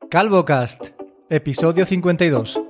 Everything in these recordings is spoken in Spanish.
CalvoCast, episodio 52.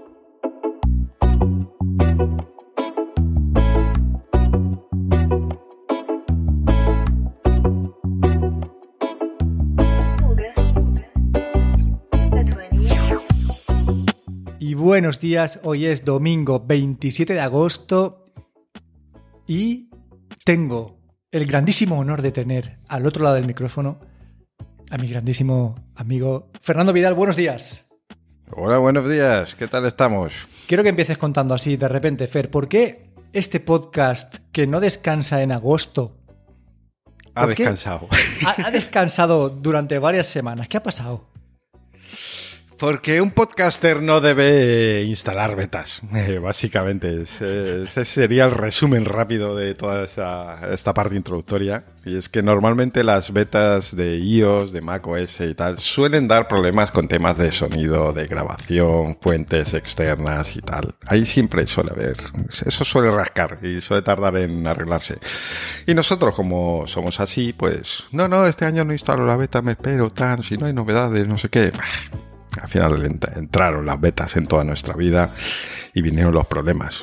Y buenos días, hoy es domingo 27 de agosto y tengo el grandísimo honor de tener al otro lado del micrófono a mi grandísimo amigo Fernando Vidal. Buenos días. Hola, buenos días. ¿Qué tal estamos? Quiero que empieces contando así de repente, Fer, ¿por qué este podcast que no descansa en agosto ha descansado? Ha descansado durante varias semanas. ¿Qué ha pasado? Porque un podcaster no debe instalar betas, básicamente. Ese sería el resumen rápido de toda esta parte introductoria. Y es que normalmente las betas de iOS, de macOS y tal, suelen dar problemas con temas de sonido, de grabación, fuentes externas y tal. Ahí siempre suele haber. Eso suele rascar y suele tardar en arreglarse. Y nosotros, como somos así, pues, no, este año no instalo la beta, me espero, tan, si no hay novedades, no sé qué. Al final entraron las betas en toda nuestra vida y vinieron los problemas.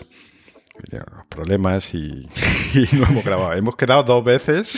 Y no hemos grabado. Hemos quedado 2 veces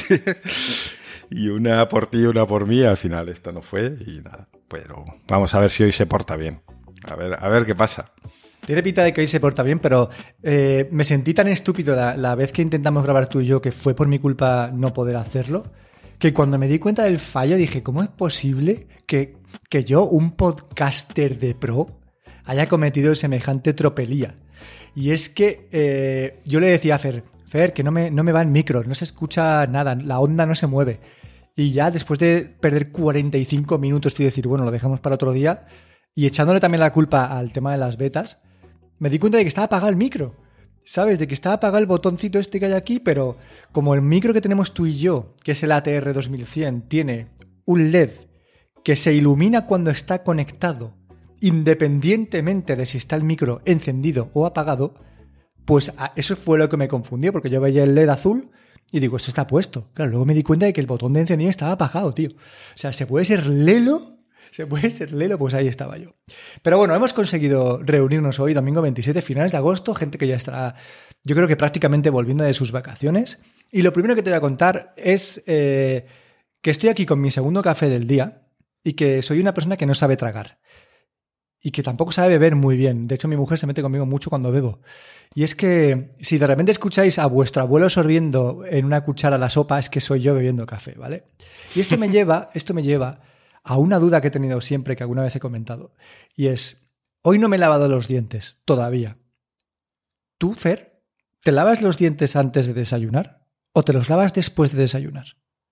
y una por ti y una por mí. Al final esto no fue y nada. Pero vamos a ver si hoy se porta bien. A ver qué pasa. Tiene pinta de que hoy se porta bien, pero me sentí tan estúpido la vez que intentamos grabar tú y yo, que fue por mi culpa no poder hacerlo, que cuando me di cuenta del fallo dije, ¿cómo es posible que yo, un podcaster de pro, haya cometido semejante tropelía? Y es que yo le decía a Fer, que no me va el micro, no se escucha nada, la onda no se mueve. Y ya después de perder 45 minutos y decir, bueno, lo dejamos para otro día, y echándole también la culpa al tema de las betas, me di cuenta de que estaba apagado el micro. ¿Sabes? De que estaba apagado el botoncito este que hay aquí, pero como el micro que tenemos tú y yo, que es el ATR 2100, tiene un LED que se ilumina cuando está conectado, independientemente de si está el micro encendido o apagado, pues eso fue lo que me confundió, porque yo veía el LED azul y digo, esto está puesto. Claro, luego me di cuenta de que el botón de encendido estaba apagado, tío. O sea, ¿se puede ser lelo? Pues ahí estaba yo. Pero bueno, hemos conseguido reunirnos hoy, domingo 27, finales de agosto, gente que ya estará, yo creo que prácticamente volviendo de sus vacaciones. Y lo primero que te voy a contar es que estoy aquí con mi segundo café del día y que soy una persona que no sabe tragar y que tampoco sabe beber muy bien. De hecho, mi mujer se mete conmigo mucho cuando bebo. Y es que si de repente escucháis a vuestro abuelo sorbiendo en una cuchara la sopa, es que soy yo bebiendo café, ¿vale? Y esto me lleva a una duda que he tenido siempre, que alguna vez he comentado, y es, hoy no me he lavado los dientes todavía. ¿Tú, Fer, te lavas los dientes antes de desayunar o te los lavas después de desayunar?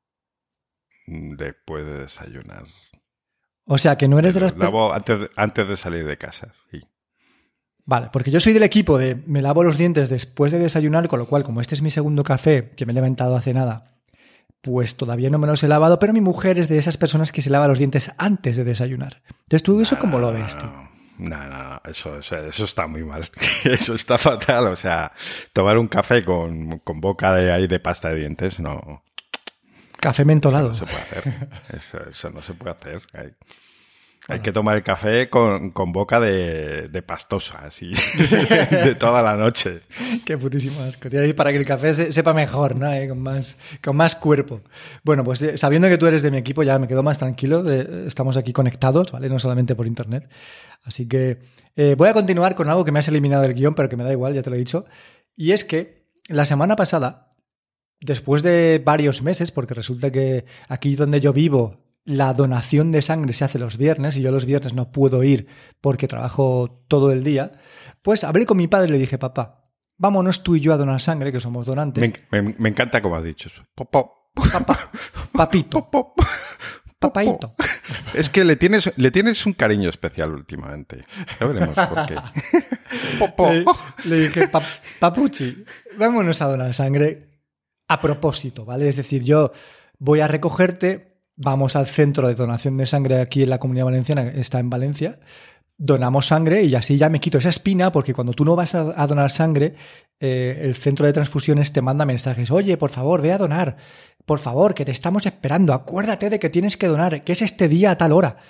Después de desayunar. O sea, que no eres de las... Lavo antes de salir de casa, sí. Vale, porque yo soy del equipo de me lavo los dientes después de desayunar, con lo cual, como este es mi segundo café, que me he levantado hace nada, pues todavía no me los he lavado, pero mi mujer es de esas personas que se lava los dientes antes de desayunar. Entonces, ¿tú eso cómo lo ves, tío? No, eso está muy mal. Eso está fatal. O sea, tomar un café con boca de pasta de dientes, no. Café mentolado. Eso no se puede hacer. Eso no se puede hacer. Hay que tomar el café con boca de pastosa, así, de toda la noche. Qué putísimo asco, tío. Y para que el café sepa mejor, ¿no? Con más cuerpo. Bueno, pues sabiendo que tú eres de mi equipo, ya me quedo más tranquilo. Estamos aquí conectados, ¿vale? No solamente por internet. Así que voy a continuar con algo que me has eliminado del guión, pero que me da igual, ya te lo he dicho. Y es que la semana pasada, después de varios meses, porque resulta que aquí donde yo vivo, la donación de sangre se hace los viernes y yo los viernes no puedo ir porque trabajo todo el día, pues hablé con mi padre y le dije, papá, vámonos tú y yo a donar sangre, que somos donantes. Me encanta como has dicho eso. Papá, papito, papaito. Es que le tienes un cariño especial últimamente. Ya veremos por qué. Le dije, papuchi, vámonos a donar sangre a propósito, ¿vale? Es decir, yo voy a recogerte. Vamos al centro de donación de sangre aquí en la Comunidad Valenciana, está en Valencia, donamos sangre y así ya me quito esa espina, porque cuando tú no vas a donar sangre, el centro de transfusiones te manda mensajes, oye, por favor, ve a donar, por favor, que te estamos esperando, acuérdate de que tienes que donar, que es este día a tal hora.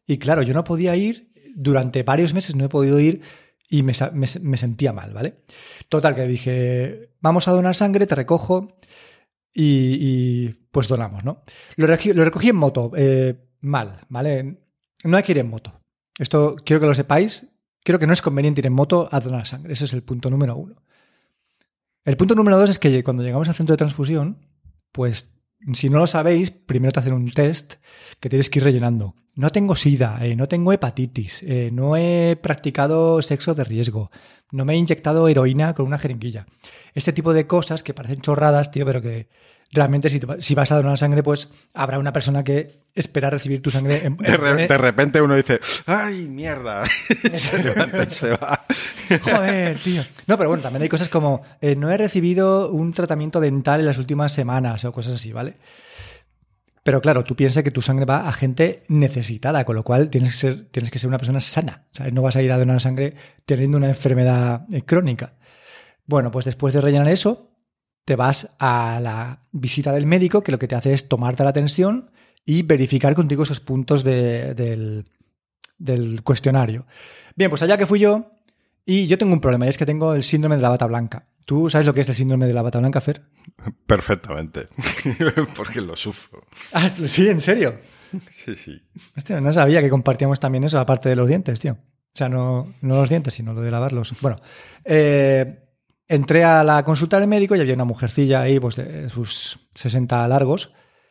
Y claro, yo no podía ir, durante varios meses no he podido ir y me sentía mal, ¿vale? Total, que dije, vamos a donar sangre, te recojo y pues donamos, ¿no? Lo recogí en moto, mal, ¿vale? No hay que ir en moto. Esto quiero que lo sepáis. Creo que no es conveniente ir en moto a donar sangre. Ese es el punto número 1. El punto número 2 es que cuando llegamos al centro de transfusión, pues si no lo sabéis, primero te hacen un test que tienes que ir rellenando. No tengo SIDA, no tengo hepatitis, no he practicado sexo de riesgo, no me he inyectado heroína con una jeringuilla. Este tipo de cosas que parecen chorradas, tío, pero que realmente si vas a donar sangre, pues habrá una persona que espera recibir tu sangre. De repente uno dice, ¡ay, mierda! Se levanta y se va. Joder, tío. No, pero bueno, también hay cosas como no he recibido un tratamiento dental en las últimas semanas o cosas así, ¿vale? Pero claro, tú piensas que tu sangre va a gente necesitada, con lo cual tienes que ser una persona sana. O sea, no vas a ir a donar sangre teniendo una enfermedad crónica. Bueno, pues después de rellenar eso, te vas a la visita del médico, que lo que te hace es tomarte la tensión y verificar contigo esos puntos del cuestionario. Bien, pues allá que fui yo, y yo tengo un problema, y es que tengo el síndrome de la bata blanca. ¿Tú sabes lo que es el síndrome de la bata blanca, Fer? Perfectamente, porque lo sufro. Ah, sí, ¿en serio? Sí. Hostia, no sabía que compartíamos también eso, aparte de los dientes, tío. O sea, no los dientes, sino lo de lavarlos. Bueno, entré a la consulta del médico y había una mujercilla ahí, pues de sus 60 largos.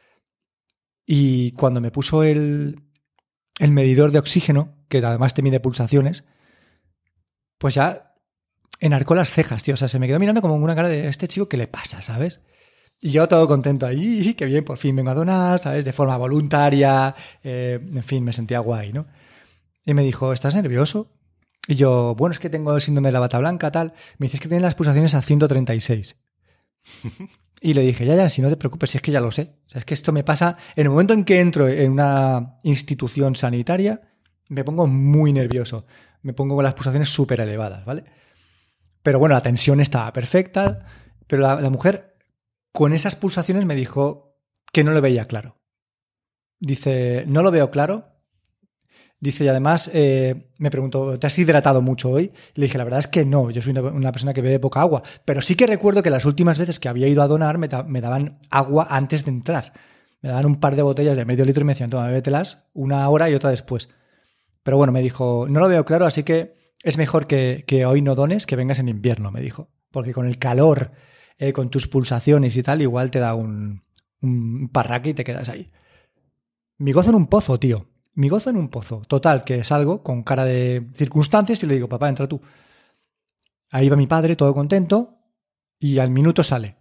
Y cuando me puso el medidor de oxígeno, que además te mide pulsaciones, pues ya enarcó las cejas, tío. O sea, se me quedó mirando como una cara de este chico, ¿qué le pasa, sabes? Y yo todo contento ahí, qué bien, por fin vengo a donar, ¿sabes? De forma voluntaria, en fin, me sentía guay, ¿no? Y me dijo, ¿estás nervioso? Y yo, bueno, es que tengo el síndrome de la bata blanca, tal. Me dices que tienes las pulsaciones a 136. Y le dije, ya, si no te preocupes, si es que ya lo sé. O sea, es que esto me pasa en el momento en que entro en una institución sanitaria, me pongo muy nervioso. Me pongo con las pulsaciones súper elevadas, ¿vale? Pero bueno, la tensión estaba perfecta, pero la mujer con esas pulsaciones me dijo que no lo veía claro. Dice, no lo veo claro. Dice, y además me preguntó, ¿te has hidratado mucho hoy? Y le dije, la verdad es que no, yo soy una persona que bebe poca agua, pero sí que recuerdo que las últimas veces que había ido a donar me daban agua antes de entrar. Me daban un par de botellas de medio litro y me decían, toma, bébételas una hora y otra después. Pero bueno, me dijo, no lo veo claro, así que es mejor que hoy no dones, que vengas en invierno, me dijo. Porque con el calor, con tus pulsaciones y tal, igual te da un parraque y te quedas ahí. Mi gozo en un pozo, tío. Mi gozo en un pozo. Total, que salgo con cara de circunstancias y le digo, papá, entra tú. Ahí va mi padre, todo contento, y al minuto sale.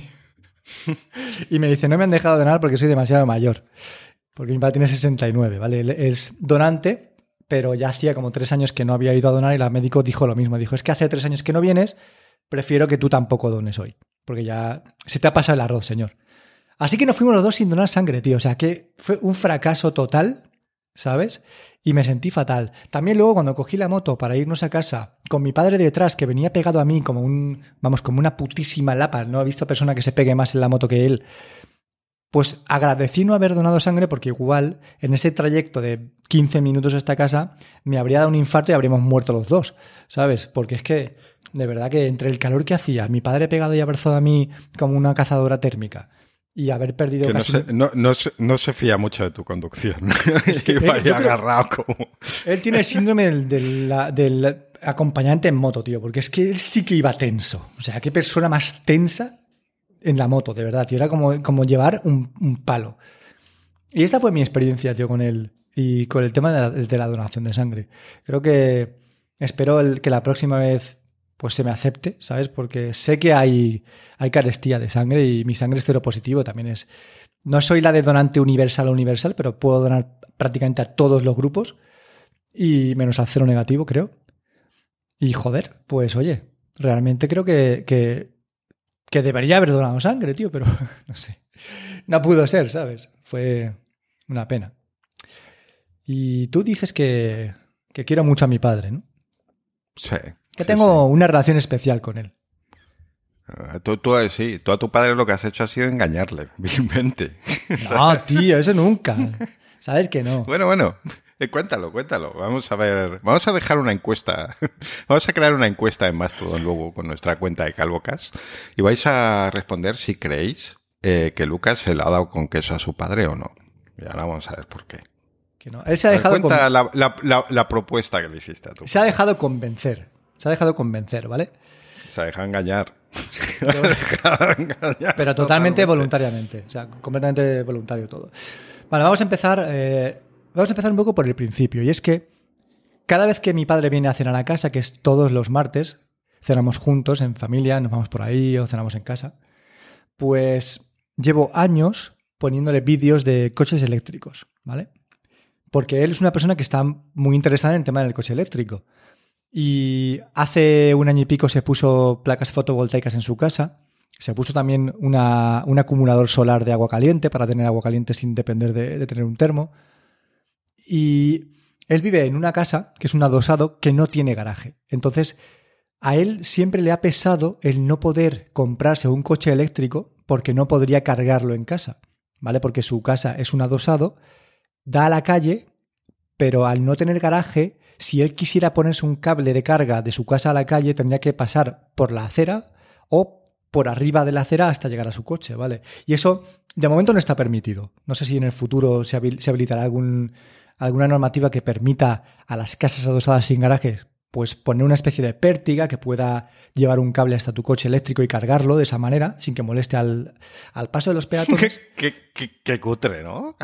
Y me dice, no me han dejado donar porque soy demasiado mayor. Porque mi padre tiene 69, ¿vale? Él es donante, pero ya hacía como 3 años que no había ido a donar y la médico dijo lo mismo. Dijo, es que hace 3 años que no vienes, prefiero que tú tampoco dones hoy. Porque ya se te ha pasado el arroz, señor. Así que nos fuimos los dos sin donar sangre, tío. O sea, que fue un fracaso total, ¿sabes? Y me sentí fatal. También luego cuando cogí la moto para irnos a casa con mi padre detrás, que venía pegado a mí como como una putísima lapa. No he visto persona que se pegue más en la moto que él. Pues agradecí no haber donado sangre porque igual en ese trayecto de 15 minutos hasta casa me habría dado un infarto y habríamos muerto los dos, ¿sabes? Porque es que, de verdad que entre el calor que hacía, mi padre pegado y abrazado a mí como una cazadora térmica, y haber perdido que casi... no se fía mucho de tu conducción. Es que iba ahí agarrado como... Él tiene el síndrome del acompañante en moto, tío, porque es que él sí que iba tenso. O sea, qué persona más tensa en la moto, de verdad, tío. Era como llevar un palo. Y esta fue mi experiencia, tío, con él y con el tema de la donación de sangre. Creo que espero que la próxima vez pues se me acepte, ¿sabes? Porque sé que hay carestía de sangre y mi sangre es cero positivo, también es... No soy la de donante universal, pero puedo donar prácticamente a todos los grupos y menos al cero negativo, creo. Y joder, pues oye, realmente creo que debería haber donado sangre, tío, pero no sé. No pudo ser, ¿sabes? Fue una pena. Y tú dices que quiero mucho a mi padre, ¿no? Sí. Que tengo una relación especial con él. Tú a tu padre lo que has hecho ha sido engañarle, vilmente. No, tío, eso nunca. ¿Sabes que no? Bueno. Cuéntalo. Vamos a ver. Vamos a dejar una encuesta. Vamos a crear una encuesta en Mastodon luego con nuestra cuenta de CalvoCast y vais a responder si creéis que Lucas se le ha dado con queso a su padre o no. Y ahora vamos a ver por qué. Que no. Él se ha dejado cuenta la propuesta que le hiciste a tu padre. Se ha dejado convencer. ¿Vale? Se ha dejado engañar. Pero totalmente voluntariamente. O sea, completamente voluntario todo. Vale, vamos a empezar un poco por el principio. Y es que cada vez que mi padre viene a cenar a casa, que es todos los martes, cenamos juntos, en familia, nos vamos por ahí o cenamos en casa, pues llevo años poniéndole vídeos de coches eléctricos, ¿vale? Porque él es una persona que está muy interesada en el tema del coche eléctrico. Y hace 1 año y pico se puso placas fotovoltaicas en su casa. Se puso también un acumulador solar de agua caliente para tener agua caliente sin depender de tener un termo. Y él vive en una casa que es un adosado que no tiene garaje. Entonces, a él siempre le ha pesado el no poder comprarse un coche eléctrico porque no podría cargarlo en casa, ¿vale? Porque su casa es un adosado, da a la calle, pero al no tener garaje, si él quisiera ponerse un cable de carga de su casa a la calle, tendría que pasar por la acera o por arriba de la acera hasta llegar a su coche, ¿vale? Y eso, de momento, no está permitido. No sé si en el futuro se habilitará alguna normativa que permita a las casas adosadas sin garajes pues poner una especie de pértiga que pueda llevar un cable hasta tu coche eléctrico y cargarlo de esa manera, sin que moleste al paso de los peatones. Qué cutre, ¿no?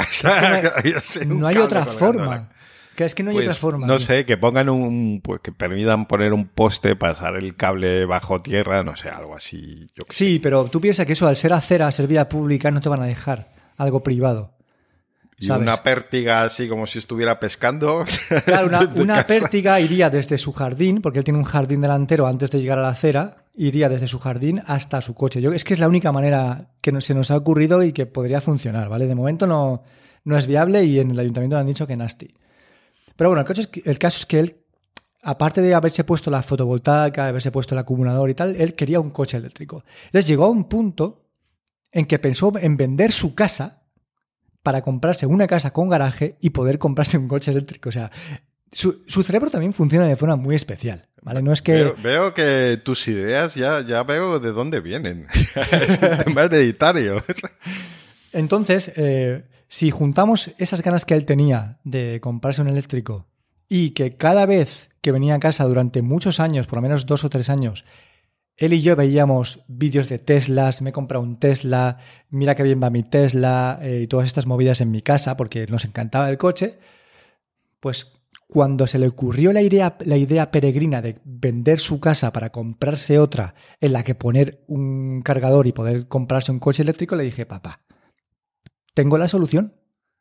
No hay otra forma. Que es que no hay otra forma. No sé, que pongan que permitan poner un poste, pasar el cable bajo tierra, no sé, algo así. Sí, pero tú piensas que eso, al ser acera, ser vía pública, no te van a dejar algo privado. Y ¿sabes? Una pértiga así como si estuviera pescando. Claro, una pértiga iría desde su jardín, porque él tiene un jardín delantero antes de llegar a la acera, iría desde su jardín hasta su coche. Es que es la única manera que se nos ha ocurrido y que podría funcionar, ¿vale? De momento no es viable y en el ayuntamiento le han dicho que nasty. Pero bueno, el caso es que él, aparte de haberse puesto la fotovoltaica, haberse puesto el acumulador y tal, él quería un coche eléctrico. Entonces llegó a un punto en que pensó en vender su casa para comprarse una casa con garaje y poder comprarse un coche eléctrico. O sea, su cerebro también funciona de forma muy especial, ¿vale? No es que... Veo que tus ideas ya veo de dónde vienen. Es un tema hereditario. Entonces, si juntamos esas ganas que él tenía de comprarse un eléctrico y que cada vez que venía a casa durante muchos años, por lo menos 2 o 3 años, él y yo veíamos vídeos de Teslas, me he comprado un Tesla, mira qué bien va mi Tesla, y todas estas movidas en mi casa porque nos encantaba el coche, pues cuando se le ocurrió la idea peregrina de vender su casa para comprarse otra en la que poner un cargador y poder comprarse un coche eléctrico, le dije, papá, tengo la solución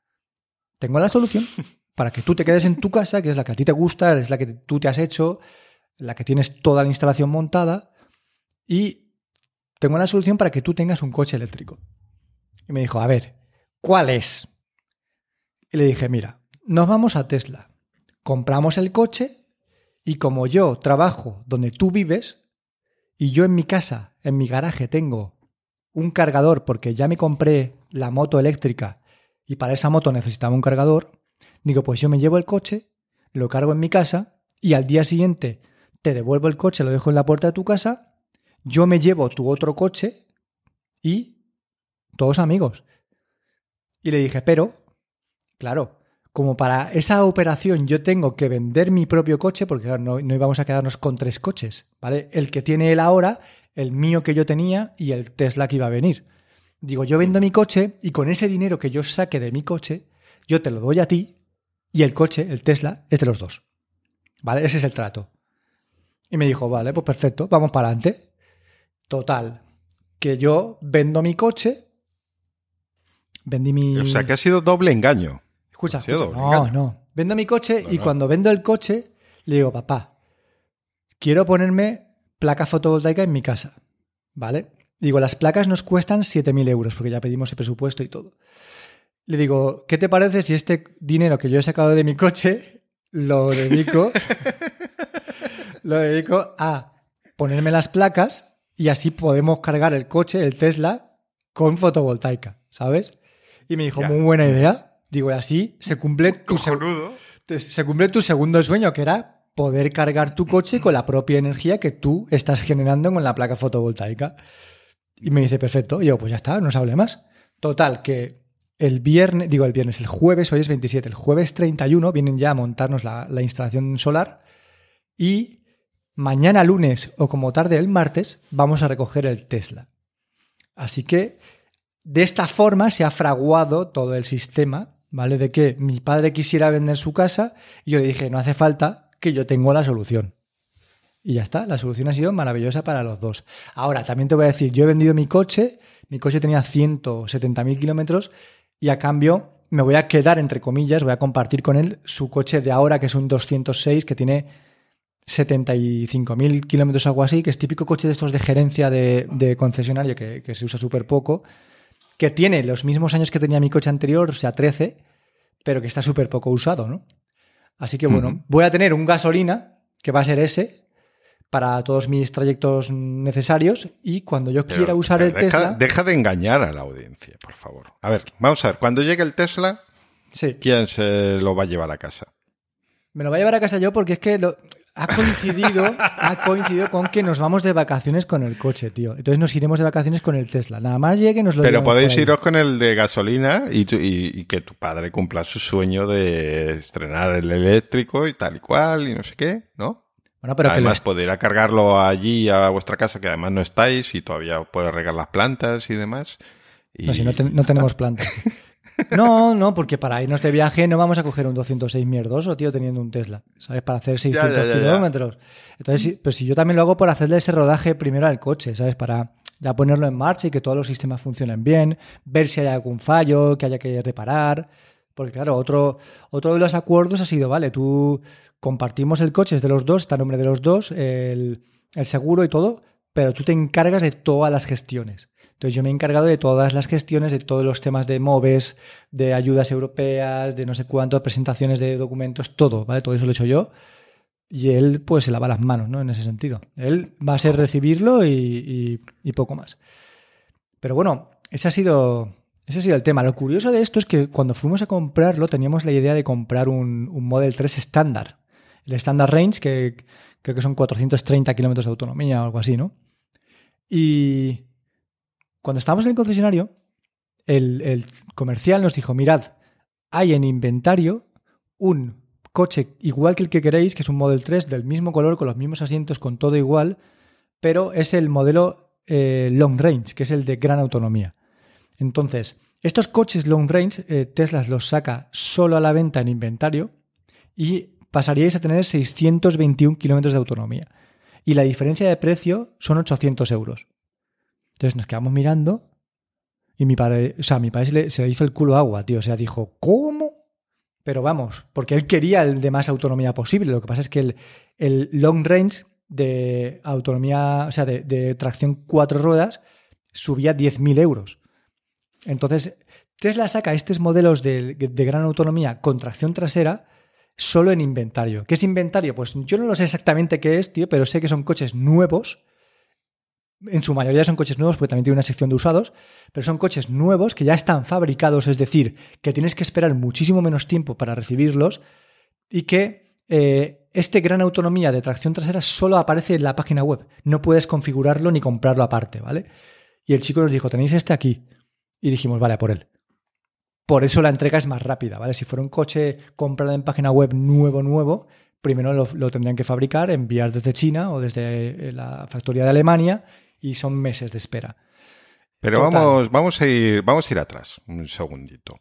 para que tú te quedes en tu casa, que es la que a ti te gusta, es la que tú te has hecho, la que tienes toda la instalación montada, y tengo la solución para que tú tengas un coche eléctrico. Y me dijo, a ver, ¿cuál es? Y le dije, mira, nos vamos a Tesla, compramos el coche y como yo trabajo donde tú vives y yo en mi casa, en mi garaje tengo un cargador porque ya me compré la moto eléctrica y para esa moto necesitaba un cargador, digo, pues yo me llevo el coche, lo cargo en mi casa y al día siguiente te devuelvo el coche, lo dejo en la puerta de tu casa, yo me llevo tu otro coche y todos amigos. Y le dije, pero, claro, como para esa operación yo tengo que vender mi propio coche, porque claro, no íbamos a quedarnos con 3 coches, ¿vale? El que tiene él ahora, el mío que yo tenía y el Tesla que iba a venir. Digo, yo vendo mi coche y con ese dinero que yo saque de mi coche, yo te lo doy a ti y el coche, el Tesla, es de los 2. ¿Vale? Ese es el trato. Y me dijo, vale, pues perfecto, vamos para adelante. Total, que yo vendo mi coche, vendí mi... O sea, que ha sido doble engaño. Escucha. No. Vendo mi coche y cuando vendo el coche le digo, papá, quiero ponerme placa fotovoltaica en mi casa, ¿vale? Digo, las placas nos cuestan 7.000 euros porque ya pedimos el presupuesto y todo. Le digo, ¿qué te parece si este dinero que yo he sacado de mi coche lo dedico a ponerme las placas y así podemos cargar el coche, el Tesla, con fotovoltaica, ¿sabes? Y me dijo, muy buena idea. Digo, y así se cumple Se cumple tu segundo sueño, que era poder cargar tu coche con la propia energía que tú estás generando con la placa fotovoltaica. Y me dice, perfecto. Y yo, pues ya está, no se hable más. Total, que el jueves, hoy es 27, el jueves 31 vienen ya a montarnos la instalación solar y mañana lunes o como tarde el martes vamos a recoger el Tesla. Así que de esta forma se ha fraguado todo el sistema, ¿vale? De que mi padre quisiera vender su casa y yo le dije, no hace falta, que yo tengo la solución. Y ya está, la solución ha sido maravillosa para los dos. Ahora, también te voy a decir, yo he vendido mi coche tenía 170.000 kilómetros y a cambio me voy a quedar, entre comillas, voy a compartir con él su coche de ahora, que es un 206, que tiene 75.000 kilómetros, algo así, que es típico coche de estos de gerencia de concesionario que se usa súper poco, que tiene los mismos años que tenía mi coche anterior, o sea, 13, pero que está súper poco usado, ¿no? Así que bueno, voy a tener un gasolina, que va a ser ese, para todos mis trayectos necesarios, y cuando yo quiera usar el Tesla... Deja de engañar a la audiencia, por favor. A ver, vamos a ver, cuando llegue el Tesla, sí. ¿Quién se lo va a llevar a casa? Me lo voy a llevar a casa yo porque es que ha coincidido con que nos vamos de vacaciones con el coche, tío. Entonces nos iremos de vacaciones con el Tesla. Nada más llegue nos lo Pero podéis iros con el de gasolina y que tu padre cumpla su sueño de estrenar el eléctrico y tal y cual y no sé qué, ¿no? Bueno, pero además podrá cargarlo allí a vuestra casa, que además no estáis y todavía puede regar las plantas y demás. No, si no tenemos plantas. No, porque para irnos de viaje no vamos a coger un 206 mierdoso, tío, teniendo un Tesla, ¿sabes? Para hacer 600 kilómetros. Entonces, pero si yo también lo hago por hacerle ese rodaje primero al coche, ¿sabes? Para ya ponerlo en marcha y que todos los sistemas funcionen bien, ver si hay algún fallo que haya que reparar. Porque claro, otro de los acuerdos ha sido, vale, tú compartimos el coche, es de los dos, está a nombre de los dos, el seguro y todo, pero tú te encargas de todas las gestiones. Entonces yo me he encargado de todas las gestiones, de todos los temas de MOVES, de ayudas europeas, de no sé cuántas presentaciones de documentos, todo, ¿vale? Todo eso lo he hecho yo. Y él pues se lava las manos, ¿no? En ese sentido. Él va a ser recibirlo y poco más. Pero bueno, ese ha sido el tema. Lo curioso de esto es que cuando fuimos a comprarlo teníamos la idea de comprar un Model 3 estándar. El Standard Range, que creo que son 430 kilómetros de autonomía o algo así, ¿no? Y cuando estábamos en el concesionario, el comercial nos dijo, mirad, hay en inventario un coche igual que el que queréis, que es un Model 3 del mismo color, con los mismos asientos, con todo igual, pero es el modelo Long Range, que es el de gran autonomía. Entonces, estos coches Long Range, Tesla los saca solo a la venta en inventario y pasaríais a tener 621 kilómetros de autonomía. Y la diferencia de precio son 800 euros. Entonces nos quedamos mirando y mi padre se le hizo el culo agua, tío. O sea, dijo, ¿cómo? Pero vamos, porque él quería el de más autonomía posible. Lo que pasa es que el Long Range de autonomía, o sea, de tracción 4 ruedas, subía 10.000 euros. Entonces, Tesla saca estos modelos de gran autonomía con tracción trasera solo en inventario. ¿Qué es inventario? Pues yo no lo sé exactamente qué es, tío, pero sé que son coches nuevos. En su mayoría son coches nuevos porque también tiene una sección de usados, pero son coches nuevos que ya están fabricados, es decir, que tienes que esperar muchísimo menos tiempo para recibirlos y que este gran autonomía de tracción trasera solo aparece en la página web. No puedes configurarlo ni comprarlo aparte, ¿vale? Y el chico nos dijo, tenéis este aquí. Y dijimos, vale, a por él. Por eso la entrega es más rápida, ¿vale? Si fuera un coche comprado en página web nuevo, primero lo tendrían que fabricar, enviar desde China o desde la factoría de Alemania y son meses de espera. Pero vamos a ir atrás un segundito.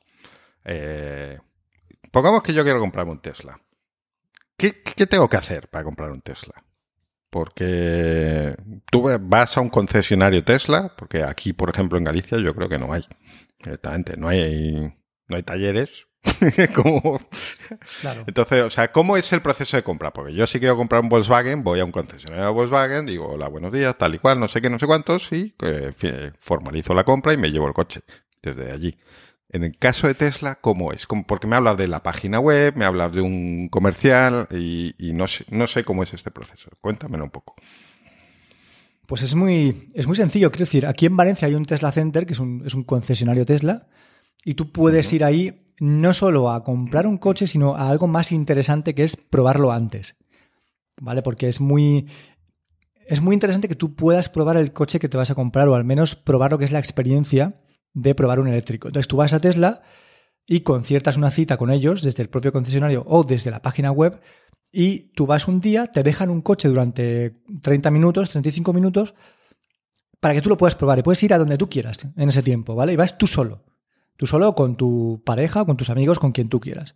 Pongamos que yo quiero comprarme un Tesla. ¿Qué tengo que hacer para comprar un Tesla? Porque tú vas a un concesionario Tesla, porque aquí, por ejemplo, en Galicia yo creo que no hay. Directamente, no hay talleres. Claro. Entonces, o sea, ¿cómo es el proceso de compra? Porque yo si quiero comprar un Volkswagen, voy a un concesionario de Volkswagen, digo, hola, buenos días, tal y cual, no sé qué, no sé cuántos, y formalizo la compra y me llevo el coche desde allí. En el caso de Tesla, ¿cómo es? Porque me hablas de la página web, me hablas de un comercial y no sé cómo es este proceso. Cuéntamelo un poco. Pues es muy sencillo. Quiero decir, aquí en Valencia hay un Tesla Center, que es un concesionario Tesla, y tú puedes ir ahí no solo a comprar un coche, sino a algo más interesante que es probarlo antes, ¿vale? Porque es muy interesante que tú puedas probar el coche que te vas a comprar o al menos probar lo que es la experiencia de probar un eléctrico. Entonces tú vas a Tesla y conciertas una cita con ellos desde el propio concesionario o desde la página web y tú vas un día, te dejan un coche durante 30 minutos, 35 minutos para que tú lo puedas probar y puedes ir a donde tú quieras en ese tiempo, ¿vale? Y vas tú solo con tu pareja o con tus amigos, con quien tú quieras.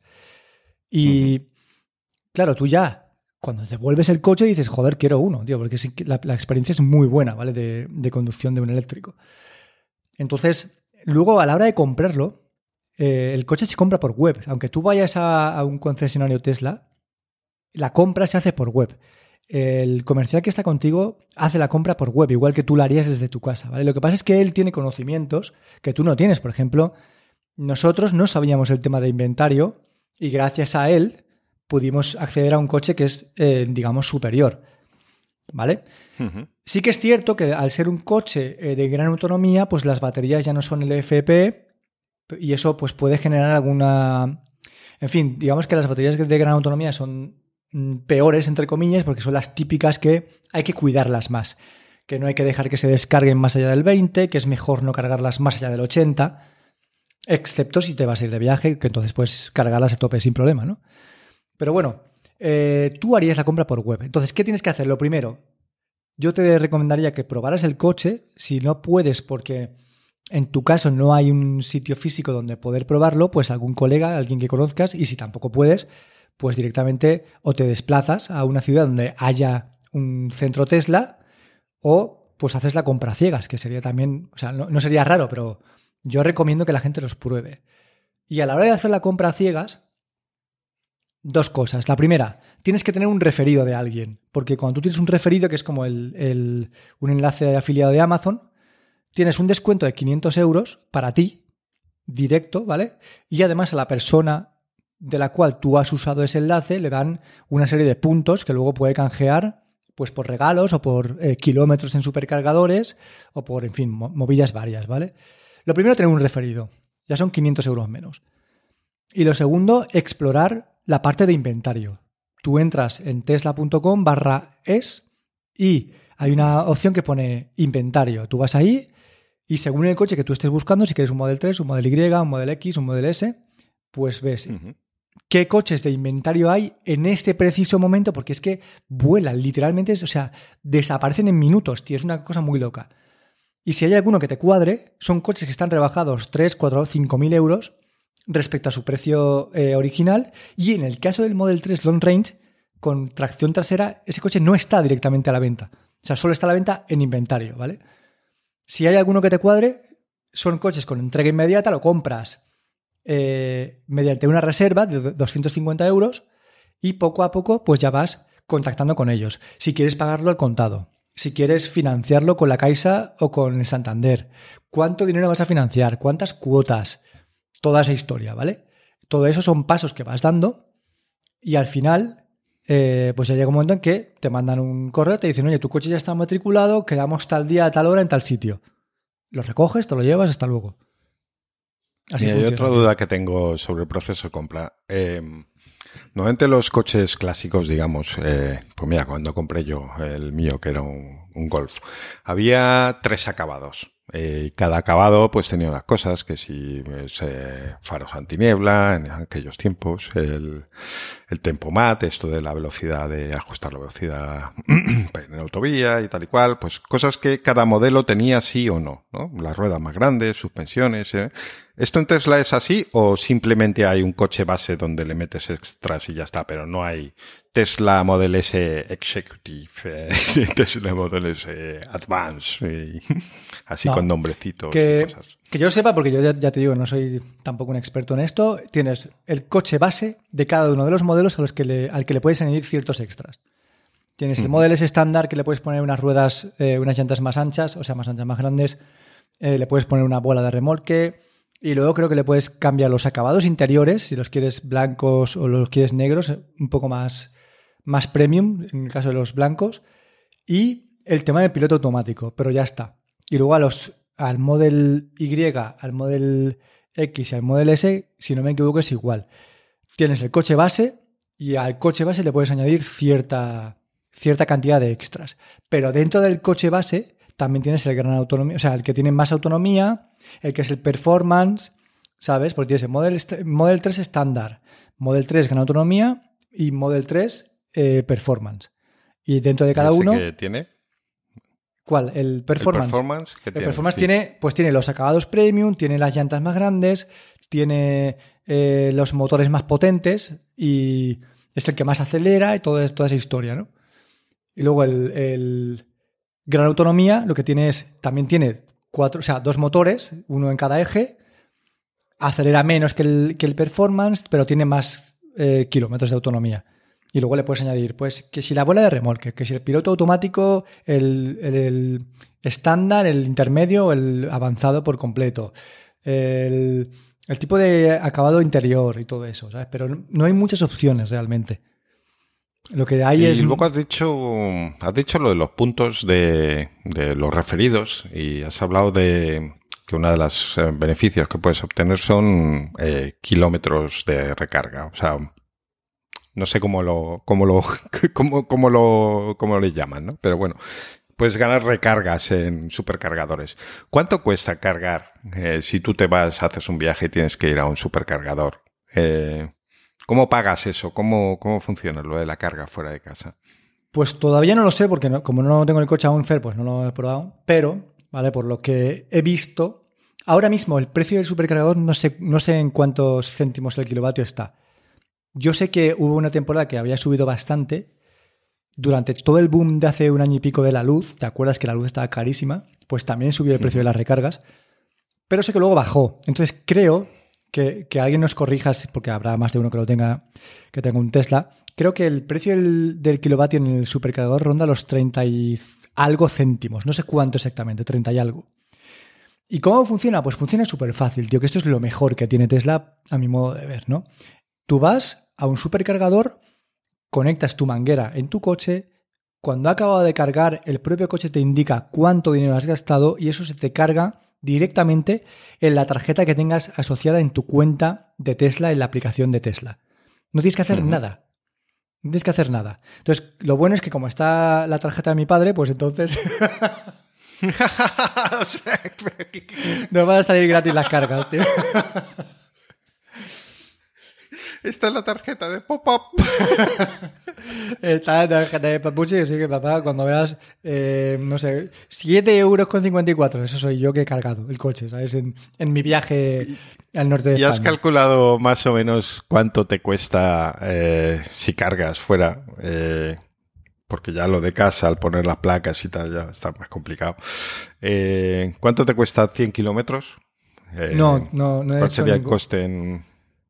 Y claro, tú ya, cuando te vuelves el coche dices, joder, quiero uno, tío, porque la experiencia es muy buena, ¿vale? De conducción de un eléctrico. Entonces, luego a la hora de comprarlo, el coche se compra por web. Aunque tú vayas a un concesionario Tesla, la compra se hace por web. El comercial que está contigo hace la compra por web, igual que tú la harías desde tu casa, ¿vale? Lo que pasa es que él tiene conocimientos que tú no tienes. Por ejemplo, nosotros no sabíamos el tema de inventario y gracias a él pudimos acceder a un coche que es, digamos, superior, ¿vale? Uh-huh. Sí que es cierto que al ser un coche de gran autonomía, pues las baterías ya no son LFP y eso pues puede generar alguna... En fin, digamos que las baterías de gran autonomía son peores, entre comillas, porque son las típicas que hay que cuidarlas más, que no hay que dejar que se descarguen más allá del 20, que es mejor no cargarlas más allá del 80, excepto si te vas a ir de viaje, que entonces puedes cargarlas a tope sin problema, ¿no? Pero bueno, tú harías la compra por web. Entonces, ¿qué tienes que hacer? Lo primero, yo te recomendaría que probaras el coche, si no puedes porque en tu caso no hay un sitio físico donde poder probarlo, pues algún colega, alguien que conozcas, y si tampoco puedes, pues directamente o te desplazas a una ciudad donde haya un centro Tesla o pues haces la compra a ciegas, que sería también, o sea, no sería raro, pero yo recomiendo que la gente los pruebe. Y a la hora de hacer la compra a ciegas, dos cosas. La primera, tienes que tener un referido de alguien, porque cuando tú tienes un referido, que es como un enlace de afiliado de Amazon, tienes un descuento de 500 euros para ti, directo, ¿vale? Y además a la persona de la cual tú has usado ese enlace le dan una serie de puntos que luego puede canjear pues por regalos o por kilómetros en supercargadores o por, en fin, movidas varias, ¿vale? Lo primero, tener un referido. Ya son 500 euros menos. Y lo segundo, explorar la parte de inventario. Tú entras en tesla.com/es y hay una opción que pone inventario. Tú vas ahí y según el coche que tú estés buscando, si quieres un Model 3, un Model Y, un Model X, un Model S, pues ves qué coches de inventario hay en este preciso momento, porque es que vuelan, literalmente, o sea, desaparecen en minutos, tío, es una cosa muy loca. Y si hay alguno que te cuadre, son coches que están rebajados 3, 4, 5 mil euros respecto a su precio original, y en el caso del Model 3 Long Range, con tracción trasera, ese coche no está directamente a la venta. O sea, solo está a la venta en inventario, ¿vale? Si hay alguno que te cuadre, son coches con entrega inmediata, lo compras mediante una reserva de 250 euros y poco a poco pues ya vas contactando con ellos. Si quieres pagarlo al contado, si quieres financiarlo con la Caixa o con el Santander, cuánto dinero vas a financiar, cuántas cuotas, toda esa historia, ¿vale? Todo eso son pasos que vas dando y al final pues ya llega un momento en que te mandan un correo, te dicen, oye, tu coche ya está matriculado, quedamos tal día, a tal hora, en tal sitio. Lo recoges, te lo llevas, hasta luego. Así funciona. Hay otra duda que tengo sobre el proceso de compra. Normalmente los coches clásicos, digamos, pues mira, cuando compré yo el mío, que era un Golf, había 3 acabados. Cada acabado pues tenía unas cosas, que si faros antiniebla en aquellos tiempos, el tempomat, esto de la velocidad, de ajustar la velocidad en autovía y tal y cual, pues cosas que cada modelo tenía sí o no, ¿no? Las ruedas más grandes, suspensiones. ¿Esto en Tesla es así o simplemente hay un coche base donde le metes extras y ya está, pero no hay Tesla Model S Executive, Tesla Model S Advance, así no, con nombrecitos y cosas? Que yo sepa, porque yo ya te digo, no soy tampoco un experto en esto, tienes el coche base de cada uno de los modelos al que le puedes añadir ciertos extras. Tienes el Model S estándar, que le puedes poner unas ruedas, unas llantas más anchas, más grandes, le puedes poner una bola de remolque, y luego creo que le puedes cambiar los acabados interiores, si los quieres blancos o los quieres negros, un poco más premium, en el caso de los blancos, y el tema del piloto automático, pero ya está. Y luego al Model Y, al Model X y al Model S, si no me equivoco, es igual. Tienes el coche base y al coche base le puedes añadir cierta cantidad de extras. Pero dentro del coche base también tienes el gran autonomía, o sea, el que tiene más autonomía, el que es el performance, ¿sabes? Porque tienes el Model 3 estándar, Model 3 gran autonomía y Model 3 performance. Y dentro de cada uno... ¿Qué tiene? ¿Cuál? El performance. ¿El performance? ¿Qué el tiene? performance Sí. tiene los acabados premium, tiene las llantas más grandes, tiene los motores más potentes y es el que más acelera y toda esa historia, ¿no? Y luego el gran autonomía lo que tiene es, también tiene 2 motores, uno en cada eje, acelera menos que el performance, pero tiene más kilómetros de autonomía. Y luego le puedes añadir, pues, que si la bola de remolque, que si el piloto automático, el estándar, el intermedio, el avanzado por completo, el tipo de acabado interior y todo eso, ¿sabes? Pero no hay muchas opciones realmente. Lo que hay es... Y luego has dicho lo de los puntos de los referidos y has hablado de que uno de los beneficios que puedes obtener son kilómetros de recarga. O sea, no sé cómo le llaman, ¿no? Pero bueno, puedes ganar recargas en supercargadores. ¿Cuánto cuesta cargar si tú te vas, haces un viaje y tienes que ir a un supercargador? ¿Cómo pagas eso? ¿Cómo funciona lo de la carga fuera de casa? Pues todavía no lo sé porque como no tengo el coche aún, Fer, pues no lo he probado. Pero, ¿vale? Por lo que he visto, ahora mismo el precio del supercargador no sé en cuántos céntimos el kilovatio está. Yo sé que hubo una temporada que había subido bastante durante todo el boom de hace un año y pico de la luz. ¿Te acuerdas que la luz estaba carísima? Pues también subió el precio de las recargas. Pero sé que luego bajó. Entonces creo que alguien nos corrija, porque habrá más de uno que tenga un Tesla. Creo que el precio del kilovatio en el supercargador ronda los 30 y algo céntimos. No sé cuánto exactamente, 30 y algo. ¿Y cómo funciona? Pues funciona súper fácil, tío, que esto es lo mejor que tiene Tesla a mi modo de ver, ¿no? Tú vas a un supercargador, conectas tu manguera en tu coche, cuando ha acabado de cargar, el propio coche te indica cuánto dinero has gastado y eso se te carga directamente en la tarjeta que tengas asociada en tu cuenta de Tesla en la aplicación de Tesla. No tienes que hacer nada. No tienes que hacer nada. Entonces, lo bueno es que como está la tarjeta de mi padre, pues entonces O sea, nos van a salir gratis las cargas, tío. esta es la tarjeta de pop-up. Está la tarjeta de papuchi, que sí que papá, cuando veas, no sé, 7,54 €. Eso soy yo que he cargado el coche, ¿sabes? En mi viaje al norte de ¿Y España. has calculado más o menos cuánto te cuesta si cargas fuera? Porque ya lo de casa, al poner las placas y tal, ya está más complicado. ¿Cuánto te cuesta 100 kilómetros? No he ¿Cuál hecho sería el ningún... coste en...?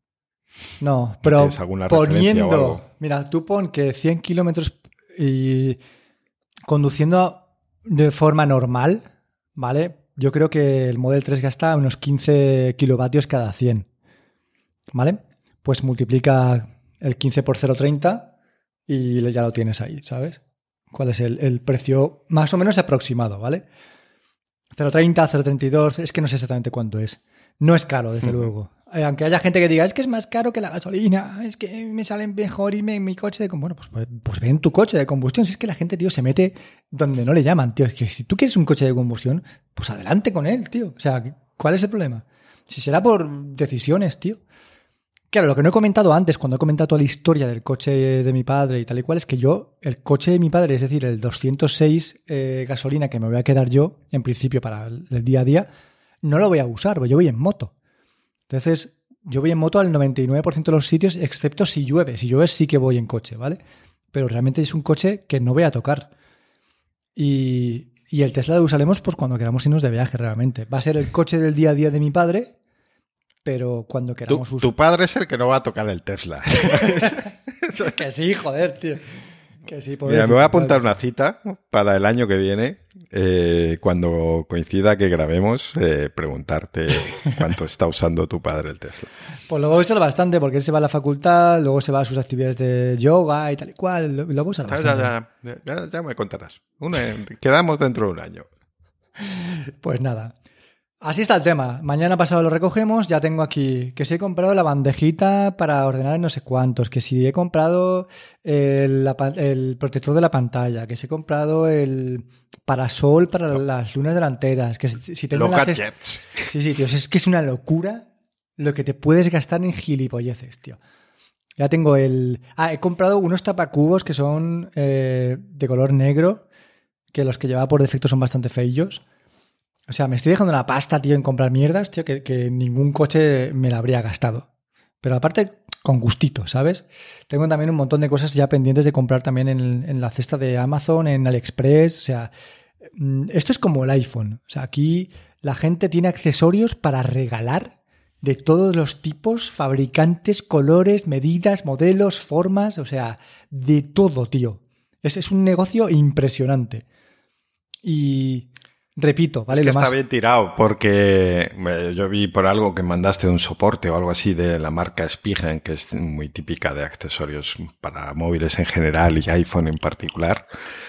No, pero ¿Tienes alguna referencia o algo? Mira, tú pon que 100 kilómetros y conduciendo de forma normal, ¿vale? Yo creo que el Model 3 gasta unos 15 kilovatios cada 100, ¿vale? Pues multiplica el 15 por 0,30 y ya lo tienes ahí, ¿sabes? ¿Cuál es el precio más o menos aproximado, ¿vale? 0,30, 0,32, es que no sé exactamente cuánto es. No es caro, desde luego. Aunque haya gente que diga, es que es más caro que la gasolina, es que me sale mejor irme en mi coche de combustión. Bueno, pues ve en tu coche de combustión. Si es que la gente, tío, se mete donde no le llaman, tío. Es que si tú quieres un coche de combustión, pues adelante con él, tío. O sea, ¿cuál es el problema? Si será por decisiones, tío. Claro, lo que no he comentado antes, cuando he comentado toda la historia del coche de mi padre y tal y cual, es que el coche de mi padre, es decir, el 206 gasolina que me voy a quedar yo, en principio para el día a día, no lo voy a usar, porque yo voy en moto. Entonces, yo voy en moto al 99% de los sitios, excepto si llueve. Si llueve sí que voy en coche, ¿vale? Pero realmente es un coche que no voy a tocar. Y el Tesla lo usaremos pues cuando queramos irnos de viaje realmente. Va a ser el coche del día a día de mi padre, pero cuando queramos usar... Tu padre es el que no va a tocar el Tesla. Que sí, joder, tío. Que sí, Mira, me voy a apuntar una cita para el año que viene, cuando coincida que grabemos, preguntarte cuánto está usando tu padre el Tesla. Pues lo voy a usar bastante porque él se va a la facultad, luego se va a sus actividades de yoga y tal y cual. Lo voy a usar bastante. Ya me contarás. Quedamos dentro de un año. Pues nada. Así está el tema. Mañana pasado lo recogemos. Ya tengo aquí que si he comprado la bandejita para ordenar en no sé cuántos, que si he comprado el protector de la pantalla, que si he comprado el parasol para las lunas delanteras, que si tengo Los gadgets. Sí, tío. Es que es una locura lo que te puedes gastar en gilipolleces, tío. Ya tengo he comprado unos tapacubos que son de color negro, que los que llevaba por defecto son bastante feillos. O sea, me estoy dejando una pasta, tío, en comprar mierdas, tío, que ningún coche me la habría gastado. Pero aparte, con gustito, ¿sabes? Tengo también un montón de cosas ya pendientes de comprar también en la cesta de Amazon, en AliExpress. O sea, esto es como el iPhone. O sea, aquí la gente tiene accesorios para regalar de todos los tipos, fabricantes, colores, medidas, modelos, formas. O sea, de todo, tío. Es un negocio impresionante. Y... repito, ¿vale? Es que está bien tirado porque yo vi por algo que mandaste un soporte o algo así de la marca Spigen, que es muy típica de accesorios para móviles en general y iPhone en particular.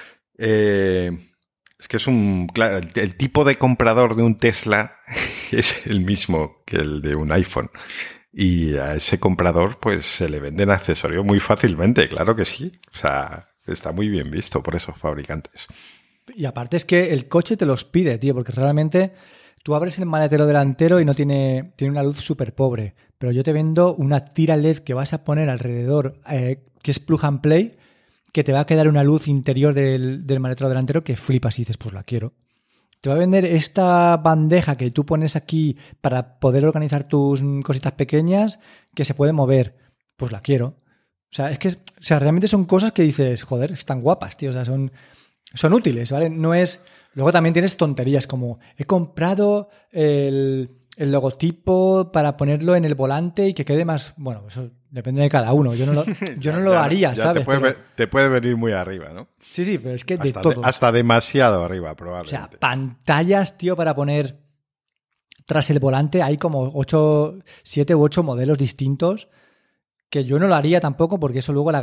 Es que es claro, el tipo de comprador de un Tesla es el mismo que el de un iPhone. Y a ese comprador pues se le venden accesorios muy fácilmente, claro que sí. O sea, está muy bien visto por esos fabricantes. Y aparte es que el coche te los pide, tío, porque realmente tú abres el maletero delantero y no tiene una luz súper pobre. Pero yo te vendo una tira LED que vas a poner alrededor, que es plug and play, que te va a quedar una luz interior del maletero delantero que flipas y dices, pues la quiero. Te va a vender esta bandeja que tú pones aquí para poder organizar tus cositas pequeñas que se puede mover. Pues la quiero. O sea, realmente son cosas que dices, joder, están guapas, tío. O sea, son útiles, ¿vale? No es... Luego también tienes tonterías como he comprado el logotipo para ponerlo en el volante y que quede más... Bueno, eso depende de cada uno. Yo no lo haría, ya ¿sabes? Te puede venir muy arriba, ¿no? Sí, pero es que de todo. Hasta demasiado arriba, probablemente. O sea, pantallas, tío, para poner tras el volante. Hay como 7 u 8 modelos distintos que yo no lo haría tampoco porque eso luego la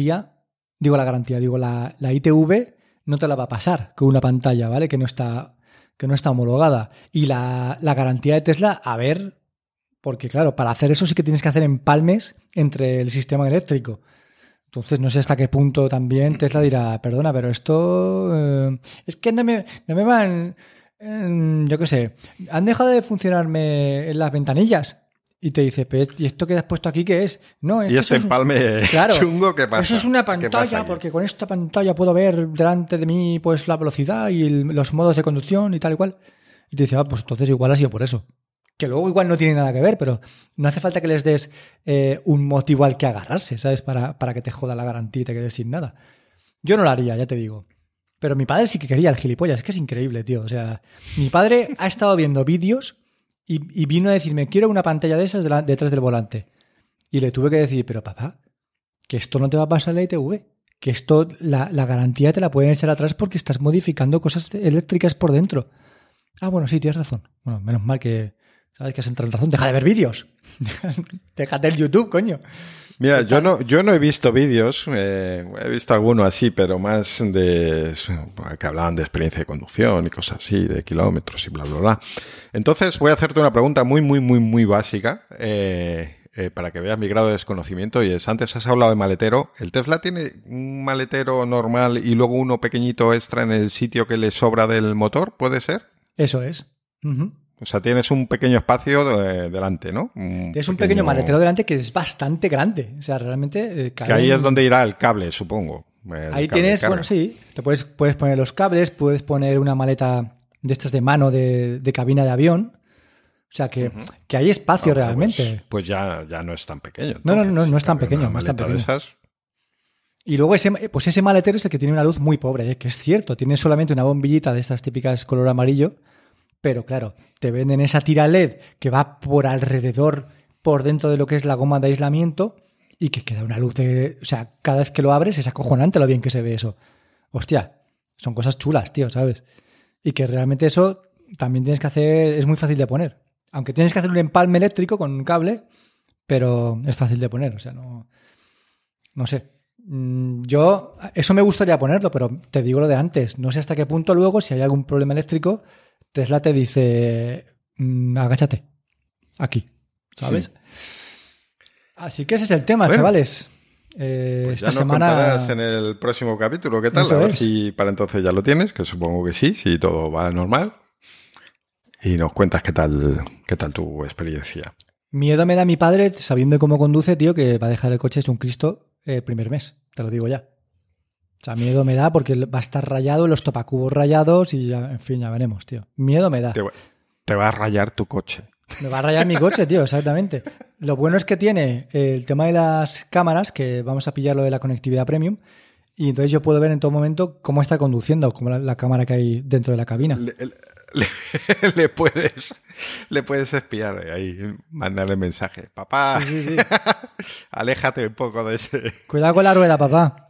ITV no te la va a pasar con una pantalla, ¿vale? Que no está homologada. Y la garantía de Tesla, a ver, porque claro, para hacer eso sí que tienes que hacer empalmes entre el sistema eléctrico. Entonces no sé hasta qué punto también Tesla dirá, perdona, pero esto es que no me van, yo qué sé, han dejado de funcionarme las ventanillas. Y te dice, ¿y esto que has puesto aquí qué es? No, y este empalme chungo, ¿qué pasa? Eso es una pantalla, porque con esta pantalla puedo ver delante de mí pues la velocidad y los modos de conducción y tal y cual. Y te dice, pues entonces igual ha sido por eso. Que luego igual no tiene nada que ver, pero no hace falta que les des un motivo al que agarrarse, ¿sabes? Para que te joda la garantía y te quedes sin nada. Yo no lo haría, ya te digo. Pero mi padre sí que quería el gilipollas. Es que es increíble, tío. O sea, mi padre ha estado viendo vídeos y vino a decirme, quiero una pantalla de esas detrás del volante. Y le tuve que decir, pero papá, que esto no te va a pasar la ITV. Que esto, la garantía te la pueden echar atrás porque estás modificando cosas eléctricas por dentro. Ah, bueno, sí, tienes razón. Bueno, menos mal que sabes que has entrado en razón. Deja de ver vídeos. Déjate el YouTube, coño. Mira, yo no he visto vídeos, he visto alguno así, pero más que hablaban de experiencia de conducción y cosas así, de kilómetros y bla, bla, bla. Entonces voy a hacerte una pregunta muy, muy, muy, muy básica para que veas mi grado de desconocimiento. Y antes has hablado de maletero. ¿El Tesla tiene un maletero normal y luego uno pequeñito extra en el sitio que le sobra del motor? ¿Puede ser? Eso es. Uh-huh. O sea, tienes un pequeño espacio delante, ¿no? Es un pequeño maletero delante que es bastante grande. O sea, realmente... que ahí es donde irá el cable, supongo. Ahí tienes, bueno, sí. Te puedes poner los cables, puedes poner una maleta de estas de mano de cabina de avión. O sea, que hay espacio realmente. Pues ya no es tan pequeño. Entonces, no es tan pequeño. No es tan pequeño. Y luego ese maletero es el que tiene una luz muy pobre, que es cierto. Tiene solamente una bombillita de estas típicas color amarillo. Pero claro, te venden esa tira LED que va por alrededor, por dentro de lo que es la goma de aislamiento y que queda una luz de... O sea, cada vez que lo abres es acojonante lo bien que se ve eso. Hostia, son cosas chulas, tío, ¿sabes? Y que realmente eso también tienes que hacer... Es muy fácil de poner. Aunque tienes que hacer un empalme eléctrico con un cable, pero es fácil de poner. O sea, no sé. Yo... Eso me gustaría ponerlo, pero te digo lo de antes. No sé hasta qué punto luego, si hay algún problema eléctrico... Tesla te dice, agáchate. Aquí, ¿sabes? Sí. Así que ese es el tema, Bueno, chavales. pues Esta ya nos semana contarás en el próximo capítulo qué tal, Eso a ver es. si para entonces ya lo tienes, que supongo que sí, si todo va normal. Y nos cuentas qué tal tu experiencia. Miedo me da mi padre, sabiendo cómo conduce, tío, que va a dejar el coche hecho un Cristo el primer mes. Te lo digo ya. O sea, miedo me da porque va a estar rayado, los topacubos rayados y ya, en fin, ya veremos, tío. Miedo me da. Te va a rayar tu coche. Me va a rayar mi coche, tío, exactamente. Lo bueno es que tiene el tema de las cámaras, que vamos a pillar lo de la conectividad premium, y entonces yo puedo ver en todo momento cómo está conduciendo, como la cámara que hay dentro de la cabina. Le, le puedes espiar ahí, mandarle mensaje. Papá, Sí, sí, sí. aléjate un poco de ese. Cuidado con la rueda, papá.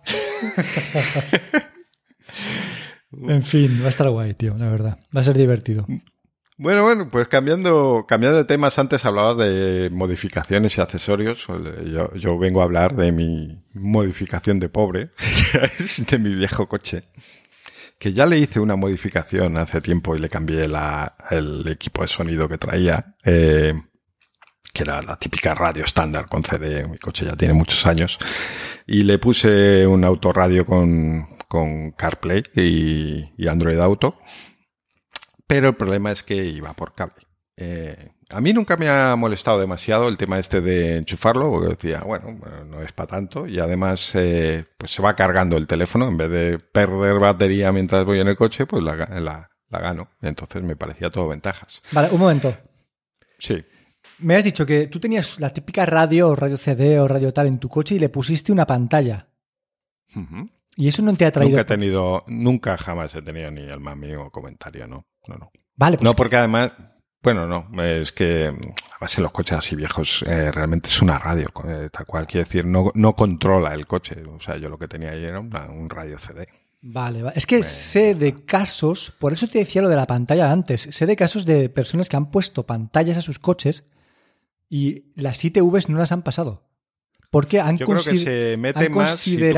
En fin, va a estar guay, tío, la verdad. Va a ser divertido. Bueno, pues cambiando de temas, antes hablabas de modificaciones y accesorios. Yo vengo a hablar de mi modificación de pobre, de mi viejo coche, que ya le hice una modificación hace tiempo y le cambié el equipo de sonido que traía, que era la típica radio estándar con CD. Mi coche ya tiene muchos años. Y le puse un autorradio con CarPlay y Android Auto. Pero el problema es que iba por cable. A mí nunca me ha molestado demasiado el tema este de enchufarlo, porque decía, bueno, no es para tanto. Y además, pues se va cargando el teléfono. En vez de perder batería mientras voy en el coche, pues la gano. Entonces me parecía todo ventajas. Vale, un momento. Sí. Me has dicho que tú tenías la típica radio o radio CD o radio tal en tu coche y le pusiste una pantalla. Uh-huh. Y eso no te ha traído... Nunca jamás he tenido ni el más mínimo comentario, no. Vale, pues... No, porque además, bueno, no, es que además en los coches así viejos realmente es una radio, tal cual, quiere decir, no controla el coche. O sea, yo lo que tenía ahí era un radio CD. Vale. Es que sé de casos, por eso te decía lo de la pantalla antes, sé de casos de personas que han puesto pantallas a sus coches y las ITVs no las han pasado. Porque yo creo que se mete más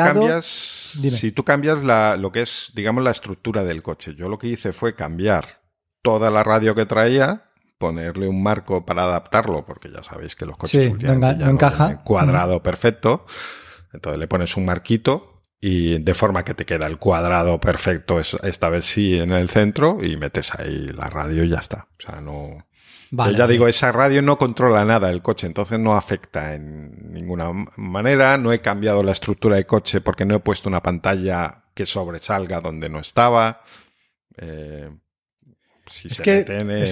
si tú cambias lo que es, digamos, la estructura del coche. Yo lo que hice fue cambiar toda la radio que traía, ponerle un marco para adaptarlo, porque ya sabéis que los coches no encaja. Cuadrado perfecto. Entonces le pones un marquito y de forma que te queda el cuadrado perfecto, esta vez sí, en el centro, y metes ahí la radio y ya está. O sea, no... Vale, ya digo, esa radio no controla nada el coche, entonces no afecta en ninguna manera. No he cambiado la estructura del coche porque no he puesto una pantalla que sobresalga donde no estaba. Si es que